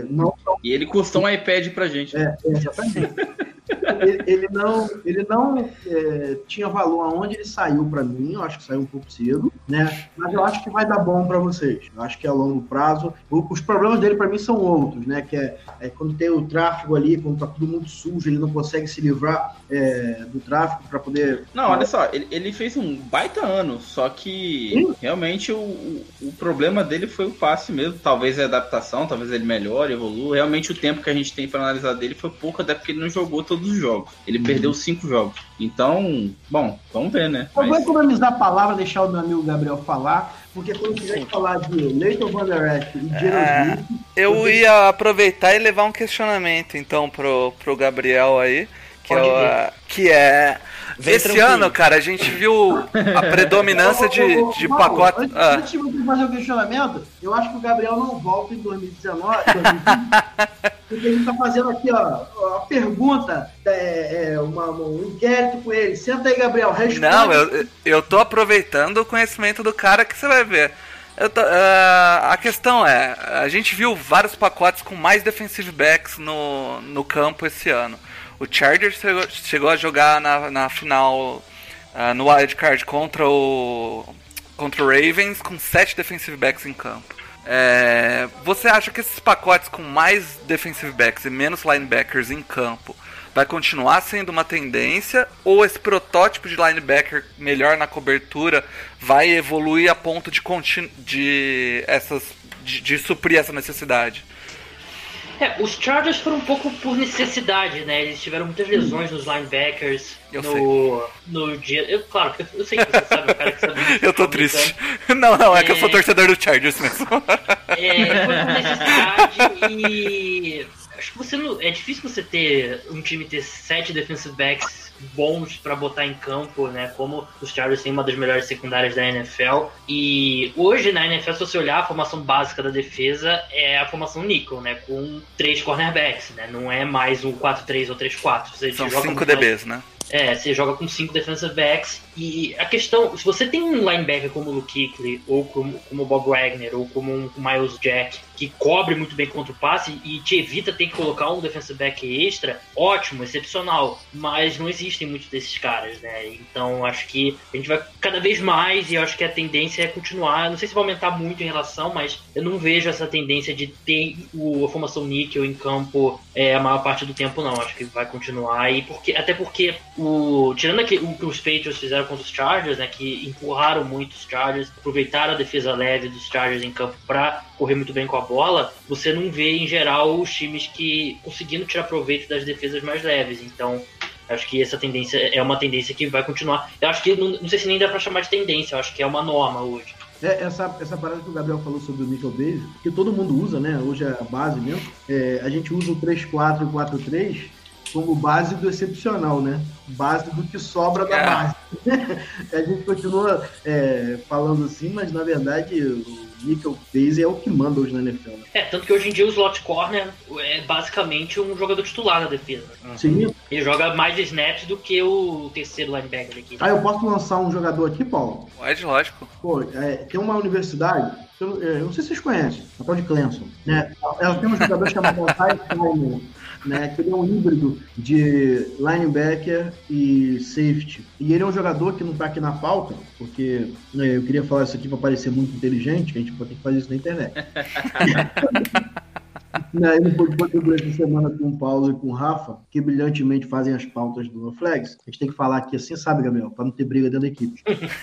Speaker 4: E ele custou um iPad pra gente.
Speaker 6: Exatamente. ele não tinha valor aonde ele saiu para mim, eu acho que saiu um pouco cedo. né? Mas eu acho que vai dar bom para vocês. Eu acho que a longo prazo, os problemas dele para mim são outros, né? Que é quando tem o tráfego ali, quando tá tudo muito sujo, ele não consegue se livrar do tráfego para poder...
Speaker 4: Não, olha só, ele fez um baita ano, só que realmente o problema dele foi o passe mesmo. Talvez a adaptação, talvez ele melhore, evolua. Realmente o tempo que a gente tem para analisar dele foi pouco, até porque ele não jogou todos os jogos. Ele perdeu 5 jogos. Então, bom, vamos ver, né?
Speaker 6: Eu vou economizar a palavra, deixar o meu amigo Gabriel falar, porque quando tiver que falar de Leighton Vander Esch e Gerald Smith...
Speaker 2: Eu ia aproveitar e levar um questionamento, então, pro Gabriel aí, que é... Esse ano, cara, a gente viu a predominância de pacote...
Speaker 6: Antes de você fazer o questionamento, eu acho que o Gabriel não volta em 2019, porque a gente tá fazendo aqui, ó, a pergunta, um inquérito com ele. Senta aí, Gabriel, responde.
Speaker 2: Não, eu tô aproveitando o conhecimento do cara que você vai ver. A questão é, a gente viu vários pacotes com mais defensive backs no campo esse ano. O Chargers chegou a jogar na final no wildcard contra o Ravens com 7 defensive backs em campo. Você acha que esses pacotes com mais defensive backs e menos linebackers em campo vai continuar sendo uma tendência, ou esse protótipo de linebacker melhor na cobertura vai evoluir a ponto de suprir essa necessidade?
Speaker 5: Os Chargers foram um pouco por necessidade, né? Eles tiveram muitas lesões nos linebackers no dia. Claro, eu sei que você sabe, o cara que sabe.
Speaker 2: Eu tô triste. Não, é que eu sou torcedor do Chargers mesmo. Foi
Speaker 5: por necessidade e acho que é difícil você ter um time ter 7 defensive backs bons pra botar em campo, né? Como os Chargers têm uma das melhores secundárias da NFL. E hoje na NFL, se você olhar a formação básica da defesa, é a formação nickel, né? Com 3 cornerbacks, né? Não é mais um 4-3 ou 3-4.
Speaker 2: São 5 DBs, né?
Speaker 5: Você joga com 5 defensive backs. E a questão, se você tem um linebacker como o Luke Kuechly, ou como o Bob Wagner, ou como um Miles Jack, que cobre muito bem contra o passe e te evita ter que colocar um defensive back extra, ótimo, excepcional. Mas não existem muitos desses caras, né? Então acho que a gente vai cada vez mais, e eu acho que a tendência é continuar. Não sei se vai aumentar muito em relação, mas eu não vejo essa tendência de ter a formação níquel em campo a maior parte do tempo, não. Acho que vai continuar. Até porque tirando o que os Patriots fizeram contra os Chargers, né, que empurraram muito os Chargers, aproveitaram a defesa leve dos Chargers em campo para correr muito bem com a bola, você não vê em geral os times que conseguindo tirar proveito das defesas mais leves. Então acho que essa tendência é uma tendência que vai continuar. Eu acho que não sei se nem dá para chamar de tendência, eu acho que é uma norma hoje.
Speaker 6: Essa parada que o Gabriel falou sobre o nickel base, que todo mundo usa, né? Hoje é a base mesmo. A gente usa o 3-4 e o 4-3 como base do excepcional, né? Base do que sobra da base. A gente continua falando assim, mas na verdade o nickel base é o que manda hoje na NFL. Né?
Speaker 5: Tanto que hoje em dia o slot corner é basicamente um jogador titular na defesa.
Speaker 6: Sim.
Speaker 5: Ele joga mais snaps do que o terceiro linebacker aqui.
Speaker 6: Eu posso lançar um jogador aqui, Paulo?
Speaker 2: Pode, lógico.
Speaker 6: Tem uma universidade, eu não sei se vocês conhecem, a tal de Clemson, né? Ela tem um jogador chamado Ty Simon, né, que ele é um híbrido de linebacker e safety. E ele é um jogador que não está aqui na pauta, porque eu queria falar isso aqui para parecer muito inteligente, que a gente pode ter que fazer isso na internet. Eu não pude contribuir essa semana com o Paulo e com o Rafa, que brilhantemente fazem as pautas do NoFlex. A gente tem que falar aqui assim, sabe, Gabriel? Para não ter briga dentro da equipe.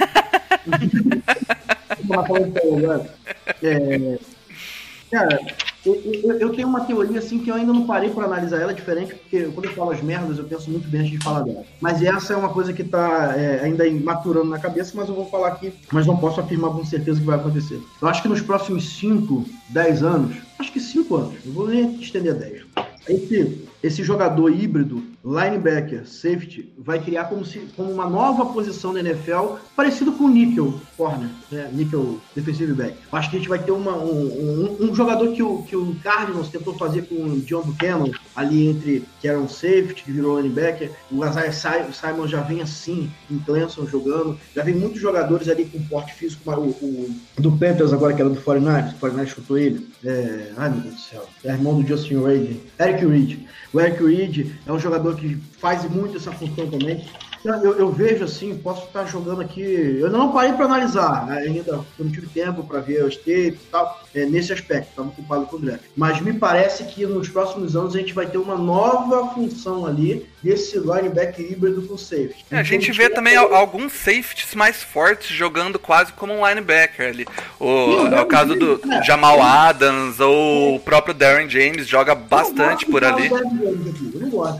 Speaker 6: Cara, eu tenho uma teoria assim que eu ainda não parei para analisar ela, diferente, porque quando eu falo as merdas eu penso muito bem antes de falar dela. Mas essa é uma coisa que tá ainda maturando na cabeça, mas eu vou falar aqui, mas não posso afirmar com certeza que vai acontecer. Eu acho que nos próximos 5, 10 anos, acho que 5 anos, eu vou nem estender a 10. Esse jogador híbrido, linebacker, safety, vai criar como uma nova posição na NFL, parecido com o nickel corner, né? Nickel defensive back. Acho que a gente vai ter um jogador que o Cardinals tentou fazer com o John Buchanan, ali que era um safety, que virou linebacker. O Isaiah Simon já vem assim, em Clemson jogando. Já vem muitos jogadores ali com porte físico, o do Panthers agora, que era do 49ers, o 49ers chutou ele. Ai, meu Deus do céu. É irmão do Justin Reid. Eric Reid. O Eric Reid é um jogador que faz muito essa função também. Eu vejo assim, posso estar jogando aqui. Eu não parei para analisar, né? Ainda eu não tive tempo para ver os tapes e tal, nesse aspecto, estava ocupado com o draft. Mas me parece que nos próximos anos a gente vai ter uma nova função ali desse linebacker híbrido com safety.
Speaker 2: A gente vê também alguns safeties mais fortes jogando quase como um linebacker ali. É o caso do Jamal Adams ou o próprio Darren James joga bastante por ali.
Speaker 6: Eu não gosto.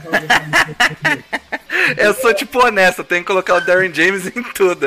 Speaker 2: Eu sou tipo honesto, eu tenho que colocar o Darren James em tudo.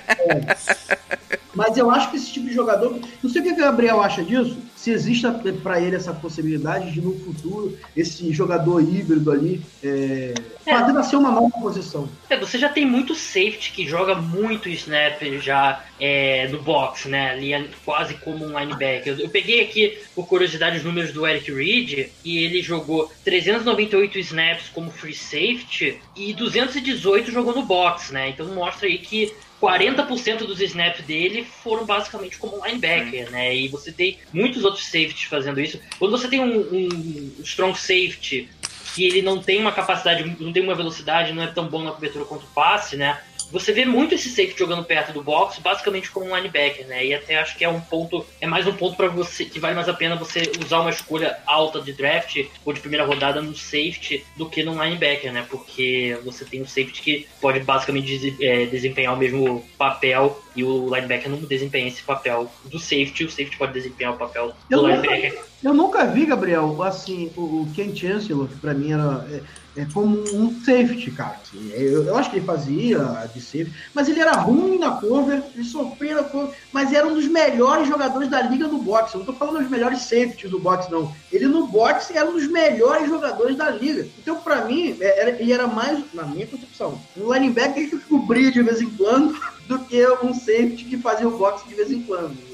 Speaker 6: Mas eu acho que esse tipo de jogador... Não sei o que o Gabriel acha disso. Se existe para ele essa possibilidade de, no futuro, esse jogador híbrido ali fazer nascer uma nova posição.
Speaker 5: Você já tem muito safety que joga muito snap já no box, né? Ali quase como um linebacker. Eu peguei aqui, por curiosidade, os números do Eric Reid, e ele jogou 398 snaps como free safety e 218 jogou no box, né? Então mostra aí que 40% dos snaps dele foram basicamente como linebacker, né? E você tem muitos outros safeties fazendo isso. Quando você tem um strong safety que ele não tem uma capacidade, não tem uma velocidade, não é tão bom na cobertura quanto o passe, né? Você vê muito esse safety jogando perto do box, basicamente como um linebacker, né? E até acho que é mais um ponto para você, que vale mais a pena você usar uma escolha alta de draft ou de primeira rodada no safety do que no linebacker, né? Porque você tem um safety que pode basicamente desempenhar o mesmo papel e o linebacker não desempenha esse papel do safety, o safety pode desempenhar o papel do linebacker.
Speaker 6: Eu nunca vi, Gabriel, assim, o Ken Chancellor, que pra mim era como um safety, cara. Assim, eu acho que ele fazia de safety, mas ele era ruim na cover, ele sofria na cover, mas era um dos melhores jogadores da liga no boxe. Eu não tô falando dos melhores safeties do boxe, não. Ele no boxe era um dos melhores jogadores da liga. Então, pra mim, ele era mais, na minha concepção, um linebacker que cobria de vez em quando do que um safety que fazia o boxe de vez em quando.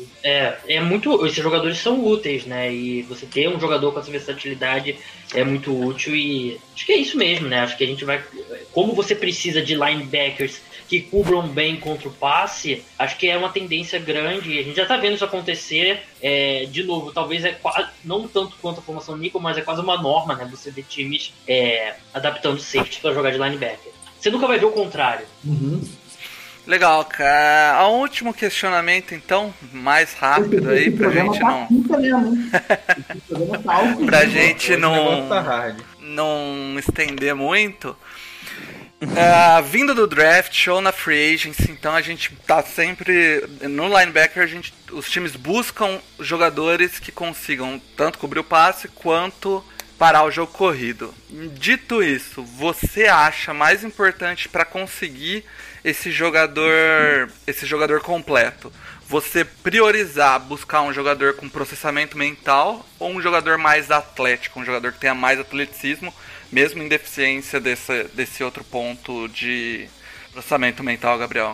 Speaker 5: Esses jogadores são úteis, né? E você ter um jogador com essa versatilidade é muito útil e acho que é isso mesmo, né? Acho que a gente vai... Como você precisa de linebackers que cubram bem contra o passe, acho que é uma tendência grande e a gente já tá vendo isso acontecer. De novo, talvez quase, não tanto quanto a formação nickel, mas é quase uma norma, né? Você ver times adaptando safety para jogar de linebacker. Você nunca vai ver o contrário.
Speaker 6: Uhum.
Speaker 2: Legal, cara. O último questionamento, então, mais rápido aí, pra gente não... pra gente não estender muito. Vindo do draft ou na free agency, então a gente tá sempre... No linebacker, os times buscam jogadores que consigam tanto cobrir o passe quanto parar o jogo corrido. Dito isso, você acha mais importante para conseguir esse jogador completo, você priorizar buscar um jogador com processamento mental ou um jogador mais atlético, um jogador que tenha mais atleticismo, mesmo em deficiência desse outro ponto de processamento mental, Gabriel?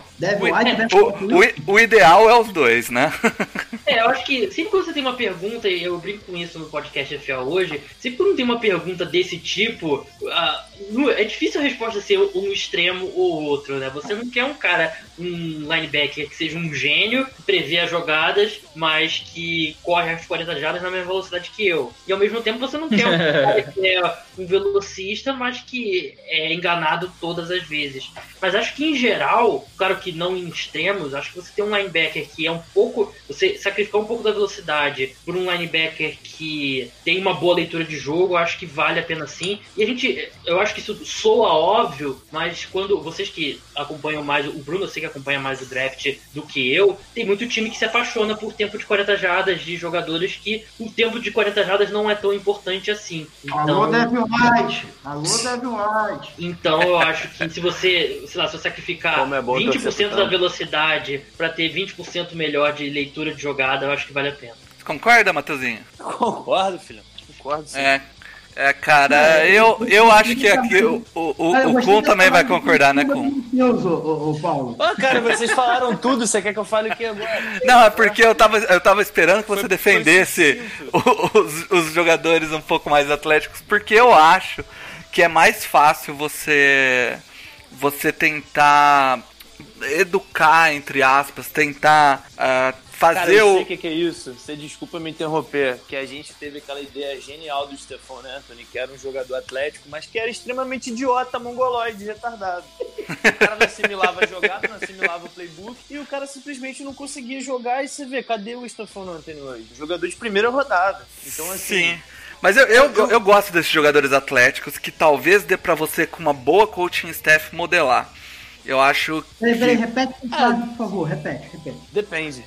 Speaker 2: O ideal é os dois, né?
Speaker 5: Eu acho que sempre que você tem uma pergunta, e eu brinco com isso no podcast FA hoje, sempre que não tem uma pergunta desse tipo, é difícil a resposta ser um extremo ou outro, né? Você não quer um linebacker que seja um gênio, que prevê as jogadas, mas que corre as 40 jardas na mesma velocidade que eu. E ao mesmo tempo você não quer um cara que é um velocista, mas que é enganado todas as vezes. Mas acho que em geral, claro que não em extremos, acho que você tem um linebacker que é um pouco... Você sacrificar um pouco da velocidade por um linebacker que tem uma boa leitura de jogo, eu acho que vale a pena sim. E eu acho que isso soa óbvio, mas quando vocês que acompanham mais, o Bruno eu sei que acompanha mais o draft do que eu, tem muito time que se apaixona por tempo de 40 jardas de jogadores que o tempo de 40 jardas não é tão importante assim. Então,
Speaker 6: alô, Devin White! Então eu acho que se você sacrificar 20% da velocidade para ter 20% melhor de leitura de jogada, eu acho que vale a pena.
Speaker 2: Você concorda, Matheusinho?
Speaker 3: Concordo, filho. Concordo sim.
Speaker 2: Cara, eu acho que aqui o Kun também vai concordar, né, Kun?
Speaker 6: Paulo.
Speaker 3: Cara, vocês falaram tudo, você quer que eu fale o que agora?
Speaker 2: Não, é porque eu tava esperando que você defendesse os jogadores um pouco mais atléticos, porque eu acho que é mais fácil você tentar educar, entre aspas, tentar fazer
Speaker 3: Cara, eu
Speaker 2: o...
Speaker 3: sei o que é isso. Você desculpa me interromper, que a gente teve aquela ideia genial do Stephon Anthony, que era um jogador atlético, mas que era extremamente idiota, mongoloide, retardado. O cara não assimilava a jogada, não assimilava o playbook, e o cara simplesmente não conseguia jogar. E você vê, cadê o Stephon Anthony hoje? Jogador de primeira rodada. Então, assim...
Speaker 2: Sim. Mas eu gosto desses jogadores atléticos que talvez dê pra você, com uma boa coaching staff, modelar. Eu acho que...
Speaker 6: Peraí, repete, por favor, repete.
Speaker 3: Depende.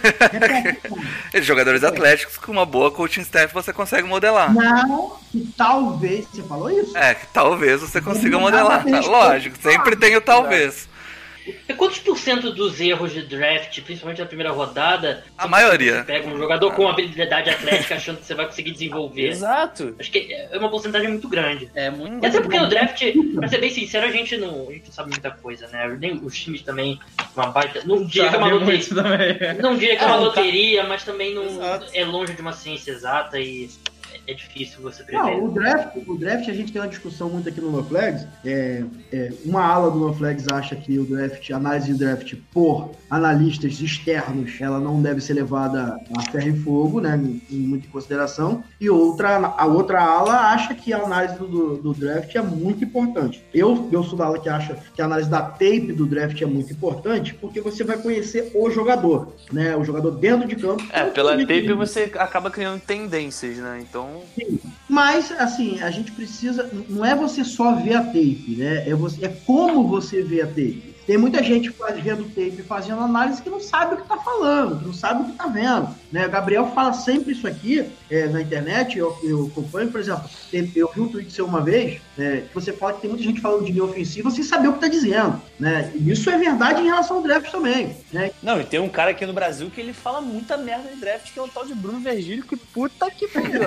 Speaker 6: Repete.
Speaker 2: Jogadores atléticos com uma boa coaching staff você consegue modelar.
Speaker 6: Não, que talvez, você falou isso?
Speaker 2: Que talvez você consiga modelar. Lógico, sempre tem o talvez.
Speaker 5: E quantos por cento dos erros de draft, principalmente na primeira rodada,
Speaker 2: A maioria.
Speaker 5: Você pega um jogador com habilidade atlética achando que você vai conseguir desenvolver?
Speaker 3: Exato.
Speaker 5: Acho que é uma porcentagem muito grande.
Speaker 4: É muito.
Speaker 5: Até porque no draft, pra ser bem sincero, a gente não sabe muita coisa, né? Nem os times também, uma baita. Não diria que é uma loteria. Não diria que é uma loteria, mas também não é longe de uma ciência exata e é difícil você prever.
Speaker 6: Não, o draft a gente tem uma discussão muito aqui no NoFlags. Uma ala do NoFlags acha que o draft, a análise de draft por analistas externos, ela não deve ser levada a ferro e fogo, né, em muita consideração. E a outra ala acha que a análise do draft é muito importante. Eu sou da ala que acha que a análise da tape do draft é muito importante, porque você vai conhecer o jogador, né, o jogador dentro de campo.
Speaker 3: Pela tape você acaba criando tendências, né, então...
Speaker 6: Sim. Mas, assim, a gente precisa... Não é você só ver a tape, né? É como você vê a tape. Tem muita gente vendo tape, fazendo análise que não sabe o que está falando, que não sabe o que está vendo. Né? O Gabriel fala sempre isso aqui na internet, eu acompanho, por exemplo, eu vi um tweet seu uma vez, que você fala que tem muita gente falando de linha ofensiva sem saber o que está dizendo. Né? E isso é verdade em relação ao draft também. Né?
Speaker 3: Não, e tem um cara aqui no Brasil que ele fala muita merda de draft, que é o tal de Bruno Virgílio, que puta que pariu.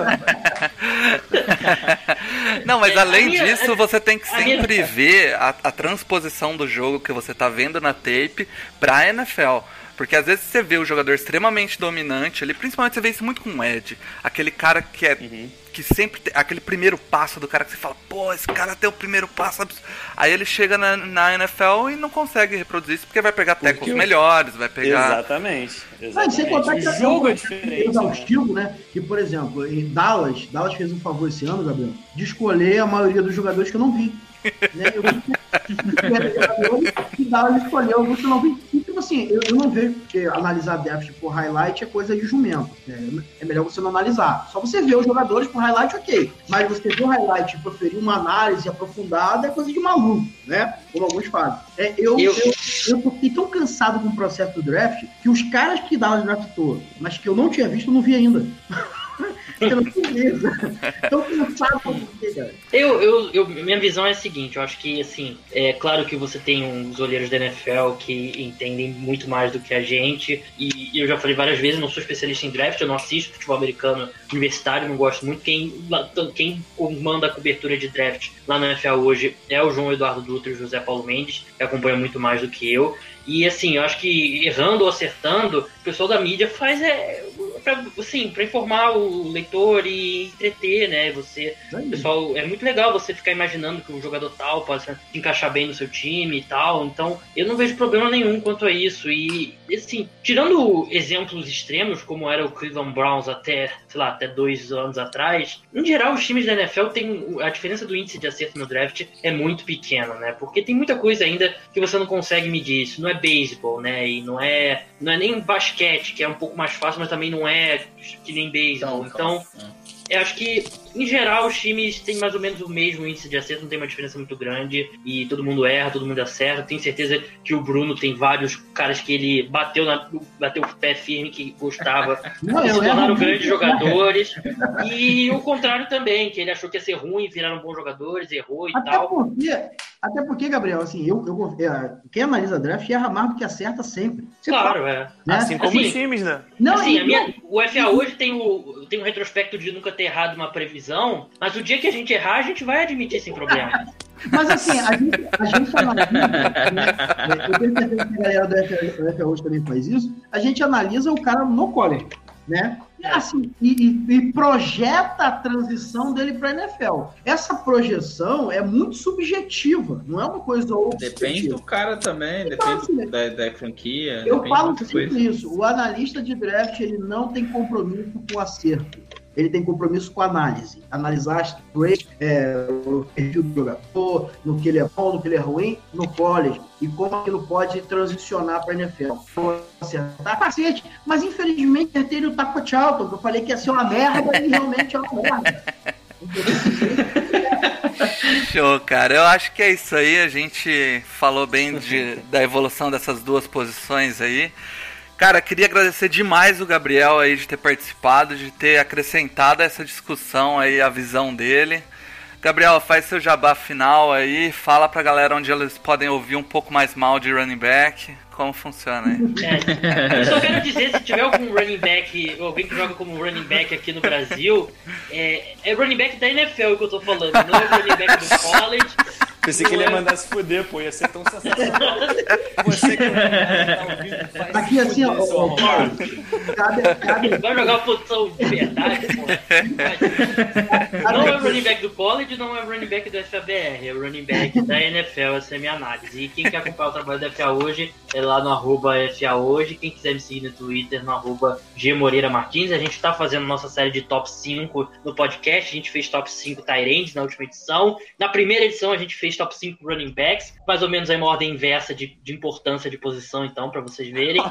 Speaker 2: Não, mas além disso, você tem que sempre ver a transposição do jogo que você tá vendo na tape pra NFL. Porque às vezes você vê o jogador extremamente dominante ali, principalmente você vê isso muito com o Ed. Aquele cara que é... que sempre tem aquele primeiro passo do cara que você fala, pô, esse cara tem o primeiro passo. Aí ele chega na NFL e não consegue reproduzir isso, porque vai pegar tackles melhores, vai pegar...
Speaker 3: Exatamente.
Speaker 6: Sem contar que
Speaker 3: o jogo é diferente.
Speaker 6: Exaustivo, né? Que, por exemplo, em Dallas fez um favor esse ano, Gabriel, de escolher a maioria dos jogadores que eu não vi. Né? Eu vi que Dallas escolheu alguns que eu não vi. Então, assim, eu não vejo que analisar draft por highlight é coisa de jumento. Né? É melhor você não analisar. Só você ver os jogadores por highlight, ok. Mas você ver o highlight e proferir uma análise aprofundada é coisa de maluco, né? Como alguns fazem. Eu fiquei tão cansado com o processo do draft que os caras que Dallas draftou, mas que eu não tinha visto, eu não vi ainda. Eu não fiz. Tô cansado com isso, cara.
Speaker 5: Minha visão é a seguinte, eu acho que, assim, é claro que você tem uns olheiros da NFL que entendem muito mais do que a gente, e eu já falei várias vezes, não sou especialista em draft, eu não assisto futebol americano universitário, não gosto muito. Quem manda a cobertura de draft lá na NFL hoje é o João Eduardo Dutra e o José Paulo Mendes, que acompanham muito mais do que eu. E assim, eu acho que errando ou acertando, o pessoal da mídia faz pra informar o leitor e entreter, né? Pessoal, é muito legal você ficar imaginando que um jogador tal pode se encaixar bem no seu time e tal. Então, eu não vejo problema nenhum quanto a isso. E, assim, tirando exemplos extremos, como era o Cleveland Browns até 2 anos atrás, em geral, os times da NFL têm a diferença do índice de acerto no draft é muito pequena, né? Porque tem muita coisa ainda que você não consegue medir. Isso não é beisebol, né? E não é nem basquete, que é um pouco mais fácil, mas também não é que nem beisebol. Então, eu acho que, em geral, os times têm mais ou menos o mesmo índice de acerto, não tem uma diferença muito grande, e todo mundo erra, todo mundo acerta. Tenho certeza que o Bruno tem vários caras que ele bateu o pé firme, que gostava, se tornaram grandes jogadores, e o contrário também, que ele achou que ia ser ruim, viraram bons jogadores, errou e tal.
Speaker 6: Até porque, Gabriel, assim, quem analisa draft erra mais do que acerta sempre.
Speaker 5: Claro,
Speaker 6: né?
Speaker 3: Assim como os times, né?
Speaker 6: Não,
Speaker 5: assim, o FA hoje tem um retrospecto de nunca ter errado uma previsão, mas o dia que a gente errar, a gente vai admitir sem problema.
Speaker 6: Mas assim, a gente analisa, né? Eu tenho certeza que a galera do FA hoje também faz isso, a gente analisa o cara no college, né? assim, e projeta a transição dele para a NFL. Essa projeção é muito subjetiva, não é uma coisa
Speaker 4: Depende do cara também, depende da franquia.
Speaker 6: Eu falo sempre isso. O analista de draft, ele não tem compromisso com o acerto. Ele tem compromisso com a análise. Analisar o perfil do jogador, no que ele é bom, no que ele é ruim, no college. E como aquilo pode transicionar para a NFL. Acertar cacete. Mas, infelizmente, acertei o Taco Charlton, que eu falei que ia ser uma merda e realmente é uma merda.
Speaker 2: Show, cara. Eu acho que é isso aí. A gente falou bem da evolução dessas duas posições aí. Cara, queria agradecer demais o Gabriel aí de ter participado, de ter acrescentado essa discussão aí, a visão dele. Gabriel, faz seu jabá final aí, fala pra galera onde eles podem ouvir um pouco mais mal de running back, como funciona aí.
Speaker 5: Eu só quero dizer, se tiver algum running back, alguém que joga como running back aqui no Brasil, é running back da NFL que eu tô falando, não é running back do college.
Speaker 3: Pensei que ele ia mandar se fuder, pô, ia ser tão sensacional. Você que tá ouvindo, faz
Speaker 6: aqui assim, ó, cabe...
Speaker 5: Vai jogar uma posição de verdade, pô. Não é running back do college, não é running back do FABR, é running back da NFL, essa é a minha análise. E quem quer acompanhar o trabalho da FA Hoje, é lá no @FA Hoje. Quem quiser me seguir no Twitter, no @GMoreiraMartins. A gente tá fazendo nossa série de top 5 no podcast, a gente fez top 5 tight ends na última edição. Na primeira edição a gente fez top 5 running backs, mais ou menos aí uma ordem inversa de importância de posição, então, pra vocês verem.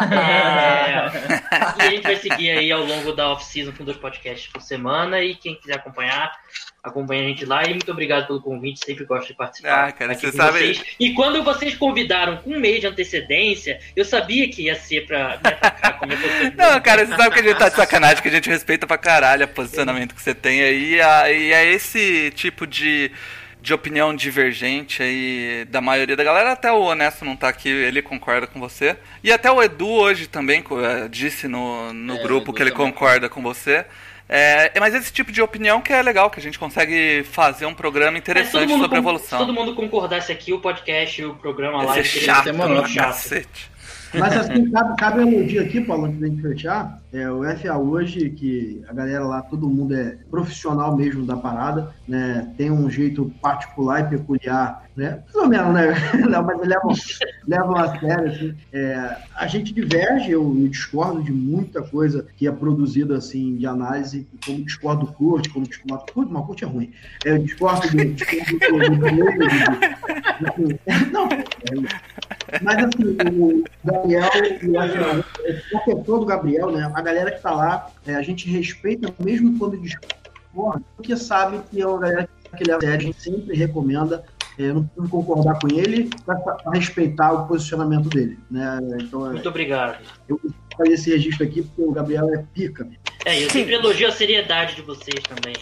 Speaker 5: E a gente vai seguir aí ao longo da off-season com 2 podcasts por semana, e quem quiser acompanha a gente lá, e muito obrigado pelo convite, sempre gosto de participar.
Speaker 2: Cara, você sabe...
Speaker 5: Vocês. E quando vocês convidaram com um mês de antecedência, eu sabia que ia ser pra me atacar como eu tô.
Speaker 2: Não, cara, você sabe que a gente tá de sacanagem, que a gente respeita pra caralho o posicionamento que você tem aí, e é esse tipo de opinião divergente aí da maioria da galera. Até o Honesto não tá aqui, ele concorda com você. E até o Edu hoje também disse no grupo que ele concorda com você. Mas esse tipo de opinião que é legal, que a gente consegue fazer um programa interessante sobre a evolução.
Speaker 5: Se todo mundo concordasse aqui, o podcast, o programa lá...
Speaker 2: Esse chato, cacete.
Speaker 6: Mas assim, cabe um elogio aqui, Paulo, antes da gente fechar. O FA Hoje, que a galera lá, todo mundo é profissional mesmo da parada, né? Tem um jeito particular e peculiar, né? Mais ou menos, né? Não, mas levam a sério, assim. A gente diverge, eu discordo de muita coisa que é produzida, assim, de análise, como discordo do Kurt, como discordo do Kurt, mas o Kurt é ruim. Eu discordo do não, mas assim, o Gabriel, o professor do Gabriel, né? A galera que tá lá, a gente respeita mesmo quando discorda, porque sabe que é uma galera que leva a sério, a gente sempre recomenda, não preciso concordar com ele para respeitar o posicionamento dele, né? Então,
Speaker 5: muito obrigado.
Speaker 6: Eu vou fazer esse registro aqui porque o Gabriel é pica.
Speaker 5: Eu sempre elogio a seriedade de vocês também.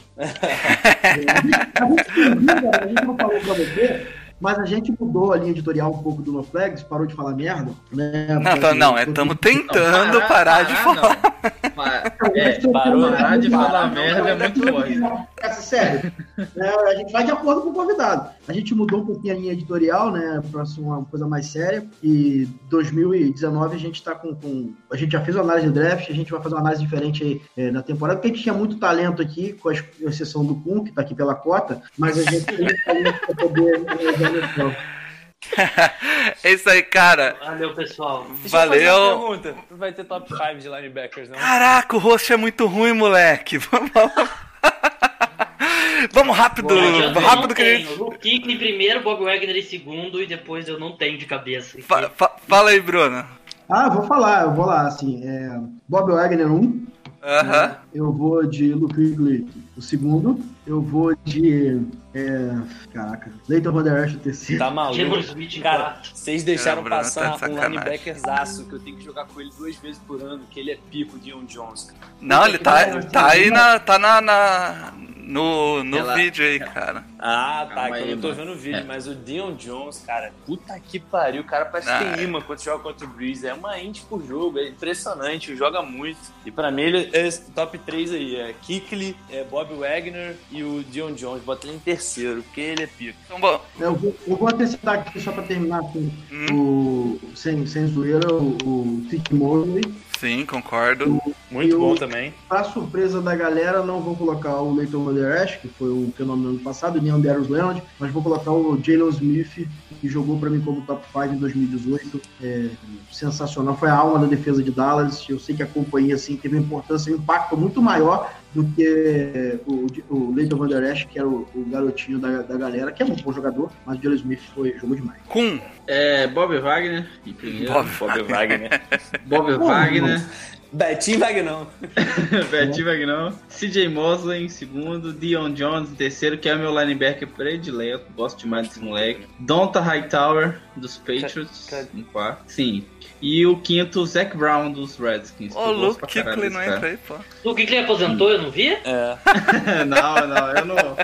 Speaker 6: A gente não falou pra você, mas a gente mudou a linha editorial um pouco do No Flags, parou de falar merda, né?
Speaker 2: Estamos tentando parar de falar.
Speaker 4: Parar de falar merda é muito forte.
Speaker 6: Sério, a gente vai de acordo com o convidado. A gente mudou um pouquinho a linha editorial, né, para uma coisa mais séria, e 2019 a gente tá a gente já fez uma análise de draft, a gente vai fazer uma análise diferente aí na temporada, porque a gente tinha muito talento aqui, com a exceção do Kun, que tá aqui pela cota, mas a gente tem muito talento para poder...
Speaker 2: É isso aí, cara.
Speaker 5: Valeu, pessoal.
Speaker 2: Valeu.
Speaker 3: Deixa eu fazer uma pergunta. Vai ter top 5 de linebackers, não?
Speaker 2: Caraca, o host é muito ruim, moleque. Vamos rápido. Rápido que a gente...
Speaker 5: Luke Kuechly primeiro, Bob Wagner em segundo, e depois eu não tenho de cabeça.
Speaker 2: Fala aí, Bruno.
Speaker 6: Eu vou lá, assim. Bob Wagner 1. Eu vou de Luke Kuechly o segundo. Eu vou de... Leighton Van Der Esch o terceiro.
Speaker 3: Tá maluco?
Speaker 5: Smith,
Speaker 3: cara, vocês deixaram
Speaker 2: Bruno,
Speaker 3: passar
Speaker 2: tá
Speaker 3: um linebackerzaço que eu tenho que jogar com ele 2 vezes por ano, que ele é pico de Dion Jones.
Speaker 2: Não, ele tá aí no vídeo aí, cara.
Speaker 3: Tá, que eu não tô vendo o vídeo, mas o Dion Jones, cara, puta que pariu, o cara parece que tem imã quando joga contra o Breeze, é uma int por jogo, é impressionante, joga muito, e pra mim ele é top 3 aí, Kuechly, Bob Wagner e o Dion Jones, bota ele em terceiro, porque ele é pico.
Speaker 2: Então, bom.
Speaker 6: Eu vou acrescentar aqui, só pra terminar com sem zoeira, o Tick Mosley.
Speaker 2: Sim, concordo.
Speaker 3: Muito bom também.
Speaker 6: Pra surpresa da galera, não vou colocar o Leighton Vander Esch, que foi o fenômeno ano passado, nem o Darius Leonard, mas vou colocar o Jalen Smith, que jogou pra mim como top 5 em 2018. Sensacional, foi a alma da defesa de Dallas. Eu sei que a companhia assim, teve uma importância, um impacto muito maior do que o Leighton Vander Esch, que era o garotinho da galera, que é um bom jogador, mas o Jalen Smith jogou demais.
Speaker 4: Bob Wagner.
Speaker 3: Bob Wagner.
Speaker 4: Bob Wagner.
Speaker 3: Betinho Vagnão.
Speaker 4: Betinho Vagnão. CJ Mosley em segundo. Dion Jones em terceiro, que é o meu linebacker predileto. Gosto demais desse moleque. Donta Hightower, dos Patriots, em quarto. Sim. E o quinto, Zach Brown, dos Redskins.
Speaker 2: Ô, Luke Kuechly não entra aí, pô.
Speaker 5: O Kuechly aposentou, eu não vi?
Speaker 4: Não, eu não...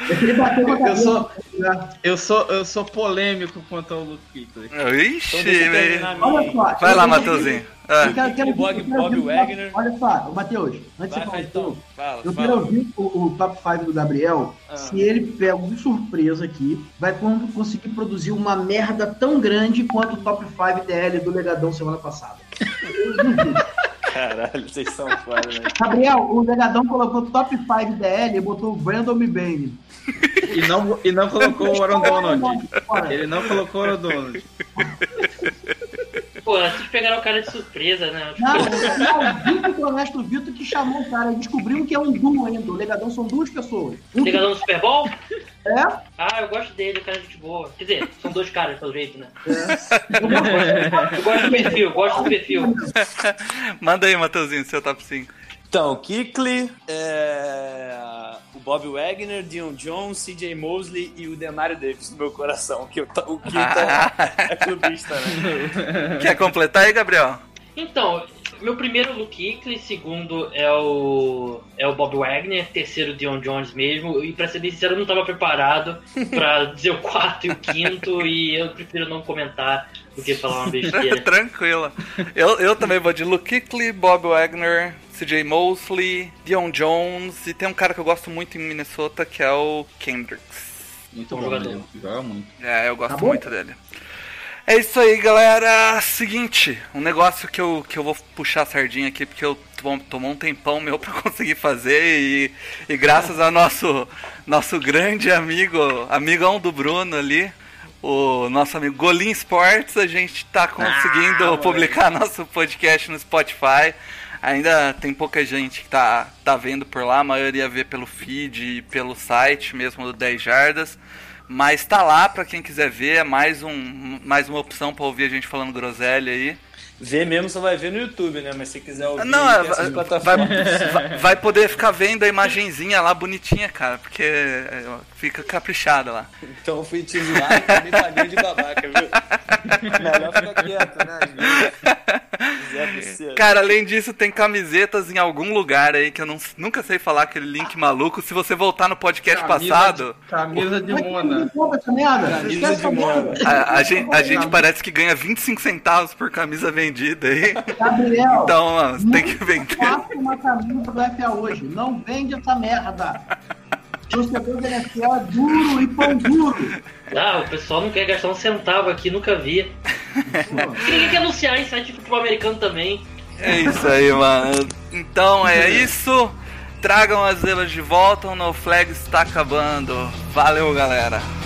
Speaker 4: Eu sou polêmico quanto ao Luke Kuechly.
Speaker 2: Ixi,
Speaker 6: Olha só,
Speaker 2: vai lá, Matheusinho.
Speaker 3: Bob Wagner.
Speaker 6: Olha só, Matheus, antes de você falar
Speaker 3: então, fala.
Speaker 6: Eu quero ouvir o top 5 do Gabriel. Se ele pega de surpresa aqui, vai conseguir produzir uma merda tão grande quanto o top 5 DL do Legadão semana passada.
Speaker 3: Caralho, vocês são foda, né?
Speaker 6: Gabriel, o Legadão colocou top 5 DL e botou o Brandon Mbane.
Speaker 4: E não colocou o Aaron Donald. Ele não colocou o Aaron Donald.
Speaker 5: Pô, vocês pegaram o cara de surpresa, né?
Speaker 6: O Ernesto Vitor que chamou o cara. Descobrimos que é um duo ainda. O Legadão são duas pessoas.
Speaker 5: Legadão do Super Bowl?
Speaker 6: É?
Speaker 5: Ah, eu gosto dele, o cara é gente boa. Quer dizer, são dois caras, pelo jeito, né?
Speaker 6: É.
Speaker 5: Eu gosto do perfil.
Speaker 2: Manda aí, Matheusinho, seu top 5.
Speaker 3: Então, Kuechly, o Bob Wagner, Dion Jones, CJ Mosley e o Demario Davis no meu coração. Que o Kilton é clubista, né?
Speaker 2: Quer completar aí, Gabriel?
Speaker 5: Então, meu primeiro Luke Kuechly, segundo é o Bob Wagner, terceiro Dion Jones mesmo, e pra ser bem sincero eu não tava preparado pra dizer o quarto e o quinto, e eu prefiro não comentar do que falar uma besteira.
Speaker 2: Tranquilo. Eu também vou de Luke Kuechly, Bob Wagner, CJ Mosley, Dion Jones, e tem um cara que eu gosto muito em Minnesota que é o Kendricks.
Speaker 4: Muito bom jogador. Joga muito.
Speaker 2: Eu gosto muito dele. É isso aí, galera. Seguinte, um negócio que eu vou puxar a sardinha aqui, porque eu tomou um tempão meu pra conseguir fazer, e graças ao nosso grande amigão do Bruno ali, o nosso amigo Golim Sports, a gente tá conseguindo publicar nosso podcast no Spotify. Ainda tem pouca gente que tá vendo por lá, a maioria vê pelo feed e pelo site mesmo do 10 Jardas. Mas tá lá pra quem quiser ver, é mais uma opção pra ouvir a gente falando groselha aí.
Speaker 3: Ver mesmo só vai ver no YouTube, né? Mas se quiser ouvir,
Speaker 2: vai poder ficar vendo a imagenzinha lá bonitinha, cara, porque fica caprichada lá.
Speaker 3: Então fui te zoar e também paguei de babaca, viu? Melhor ficar quieto, né?
Speaker 2: Cara, além disso, tem camisetas em algum lugar aí que eu nunca sei falar aquele link maluco. Se você voltar no podcast passado...
Speaker 4: Camisa de Mona.
Speaker 3: Camisa de Mona.
Speaker 2: A gente parece que ganha 25 centavos por camisa vendida aí.
Speaker 6: Gabriel,
Speaker 2: então, mano, tem que vender.
Speaker 6: Faça uma camisa do FA hoje. Não vende essa merda. Torcedor do NFL é duro e pão duro.
Speaker 5: Ah, o pessoal não quer gastar um centavo aqui, nunca vi. Ninguém quer anunciar em site de futebol americano também.
Speaker 2: É isso aí, mano. Então é isso. Tragam as elas de volta, o No Flag está acabando. Valeu, galera.